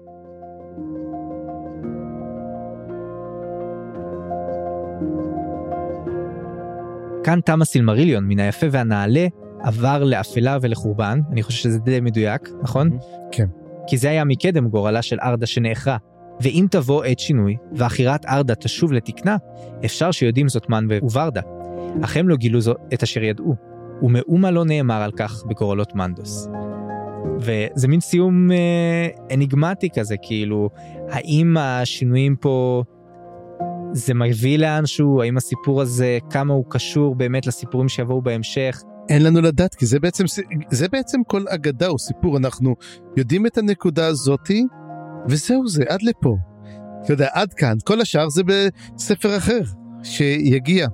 כאן תם הסילמריליון, מן היפה והנעלה, עבר לאפלה ולחורבן, אני חושב שזה די מדויק, נכון? כן. כי זה היה מקדם גורלה של ארדה שנאחרה, ואם תבוא עת שינוי, ואחירת ארדה תשוב לתקנה, אפשר שיודעים זאת מן וברדה, אך הם לא גילו זאת את אשר ידעו, ומאומה לא נאמר על כך בגורלות מנדוס. וזה מין סיום אה, אניגמטי כזה, כאילו, האם השינויים פה, זה מביא לאנשהו, האם הסיפור הזה, כמה הוא קשור באמת לסיפורים שיבואו בהמשך, אין לנו לדעת, כי זה בעצם, זה בעצם כל אגדה או סיפור, אנחנו יודעים את הנקודה הזאתי, וזהו זה, עד לפה. אתה יודע, עד כאן, כל השאר זה בספר אחר, שיגיע.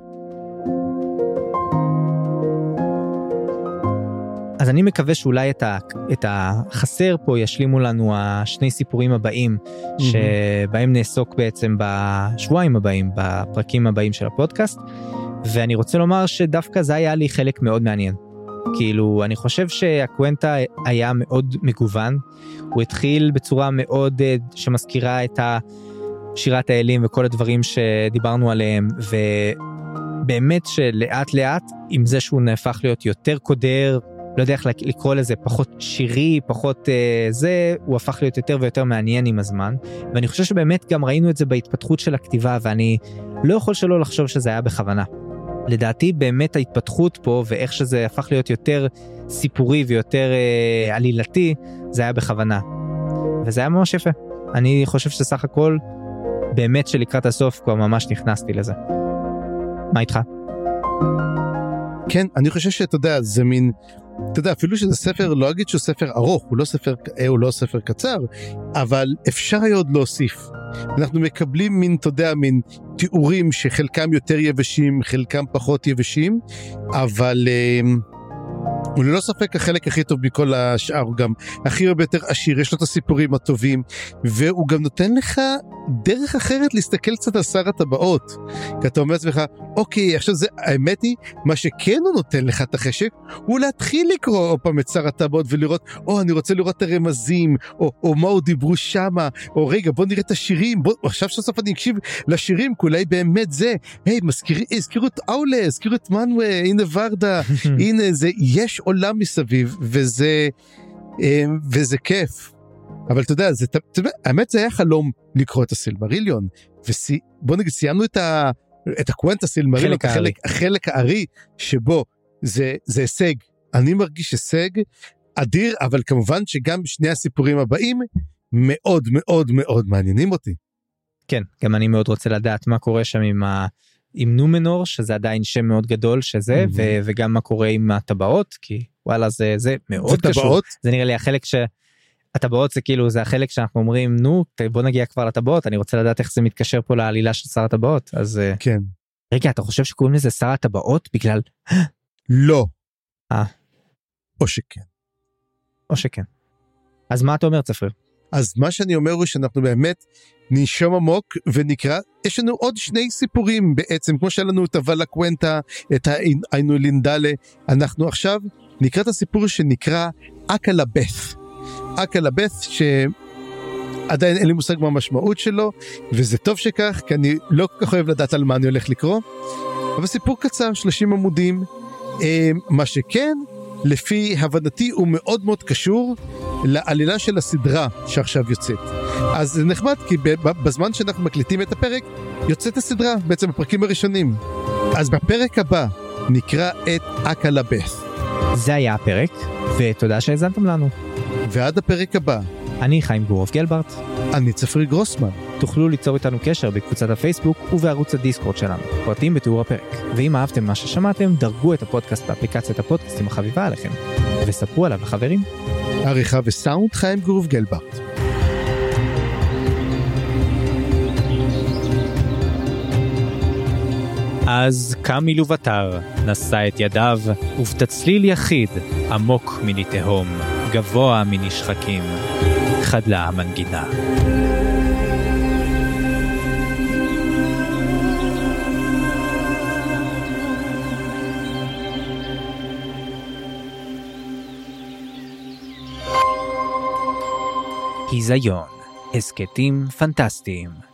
אז אני מקווה שאולי את, ה, את החסר פה ישלימו לנו השני סיפורים הבאים, mm-hmm. שבהם נעסוק בעצם בשבועיים הבאים, בפרקים הבאים של הפודקאסט, ואני רוצה לומר שדווקא זה היה לי חלק מאוד מעניין. כאילו, אני חושב שהקוונטה היה מאוד מגוון, הוא התחיל בצורה מאוד שמזכירה את שירת האלים וכל הדברים שדיברנו עליהם, ובאמת שלאט לאט, עם זה שהוא נהפך להיות יותר קודר, לא יודע איך לקרוא לזה, פחות שירי, פחות אה, זה, הוא הפך להיות יותר ויותר מעניין עם הזמן, ואני חושב שבאמת גם ראינו את זה בהתפתחות של הכתיבה, ואני לא יכול שלא לחשוב שזה היה בכוונה. לדעתי באמת ההתפתחות פה, ואיך שזה הפך להיות יותר סיפורי ויותר אה, עלילתי, זה היה בכוונה. וזה היה ממש יפה. אני חושב שסך הכל, באמת שלקראת הסוף כבר ממש נכנסתי לזה. מה איתך? כן, אני חושב שאתה יודע, זה מין, אתה יודע, אפילו שזה ספר, לא אגיד שהוא ספר ארוך, הוא לא ספר, הוא לא ספר קצר, אבל אפשר היה עוד להוסיף. אנחנו מקבלים מין, אתה יודע, מין תיאורים שחלקם יותר יבשים, חלקם פחות יבשים, אבל הוא ללא ספק החלק הכי טוב מכל השאר, הוא גם הכי הרבה יותר עשיר, יש לו את הסיפורים הטובים, והוא גם נותן לך דרך אחרת להסתכל קצת על שר הטבעות, כי אתה אומר לעצמך, אוקיי, עכשיו זה, האמת היא, מה שכן הוא נותן לך את החשק, הוא להתחיל לקרוא עוד פעם את שר הטבעות, ולראות, או, אני רוצה לראות את הרמזים, או, או מה הוא דיברו שמה, או רגע, בוא נראה את השירים, בוא, עכשיו שסוף אני אקשיב לשירים, כי אולי באמת זה, היי, מזכירי, הזכירו את אולה, הזכירו את מנווה, הנה ורדה, הנה זה, יש עולם מסביב, וזה, וזה כיף. אבל אתה יודע, זה, אתה יודע, האמת זה היה חלום לקרוא את הסילמריליון, ובוא נגיד, סיימנו את, ה, את הקוונטה סילמריליון, החלק, החלק, החלק הארי, שבו זה, זה הישג, אני מרגיש הישג אדיר, אבל כמובן שגם שני הסיפורים הבאים, מאוד מאוד מאוד מעניינים אותי. כן, גם אני מאוד רוצה לדעת מה קורה שם עם ה... עם נומנור, שזה עדיין שם מאוד גדול שזה, mm-hmm. ו- וגם מה קורה עם הטבעות, כי וואלה זה, זה מאוד קשור. זה נראה לי החלק ש... הטבעות זה כאילו, זה החלק שאנחנו אומרים, נו, בוא נגיע כבר לטבעות, אני רוצה לדעת איך זה מתקשר פה לעלילה של שר הטבעות, אז... כן. רגע, אתה חושב שקוראים לזה שר הטבעות בגלל... לא. אה. או שכן. או שכן. אז מה אתה אומר, צפריר? אז מה שאני אומר הוא שאנחנו באמת נשום עמוק ונקרא, יש לנו עוד שני סיפורים בעצם, כמו שהיה לנו את הוואלה קוונטה, את האיינולינדלה, אנחנו עכשיו נקרא את הסיפור שנקרא אקלבeth. אקלבeth שעדיין אין לי מושג מה המשמעות שלו, וזה טוב שכך, כי אני לא כל כך אוהב לדעת על מה אני הולך לקרוא, אבל סיפור קצר, שלושים עמודים, מה שכן, לפי הבנתי הוא מאוד מאוד קשור לעלילה של הסדרה שעכשיו יוצאת. אז זה נחמד, כי בזמן שאנחנו מקליטים את הפרק, יוצאת הסדרה, בעצם הפרקים הראשונים. אז בפרק הבא נקרא את אקלבeth. זה היה הפרק, ותודה שהזנתם לנו. ועד הפרק הבא. אני חיים גורוב גלברט. אני צפריר גרוסמן. תוכלו ליצור איתנו קשר בקבוצת הפייסבוק ובערוץ הדיסקורד שלנו, פרטים בתיאור הפרק. ואם אהבתם מה ששמעתם, דרגו את הפודקאסט באפליקציית הפודקאסטים החביבה עליכם, וספרו עליו לחברים. עריכה וסאונד חיים גורוב גלברט. אז קם מלובטר, נשא את ידיו, ובתצליל יחיד, עמוק מני תהום, גבוה מני שחקים, חדלה המנגינה. היזיון, הסקטים פנטסטיים.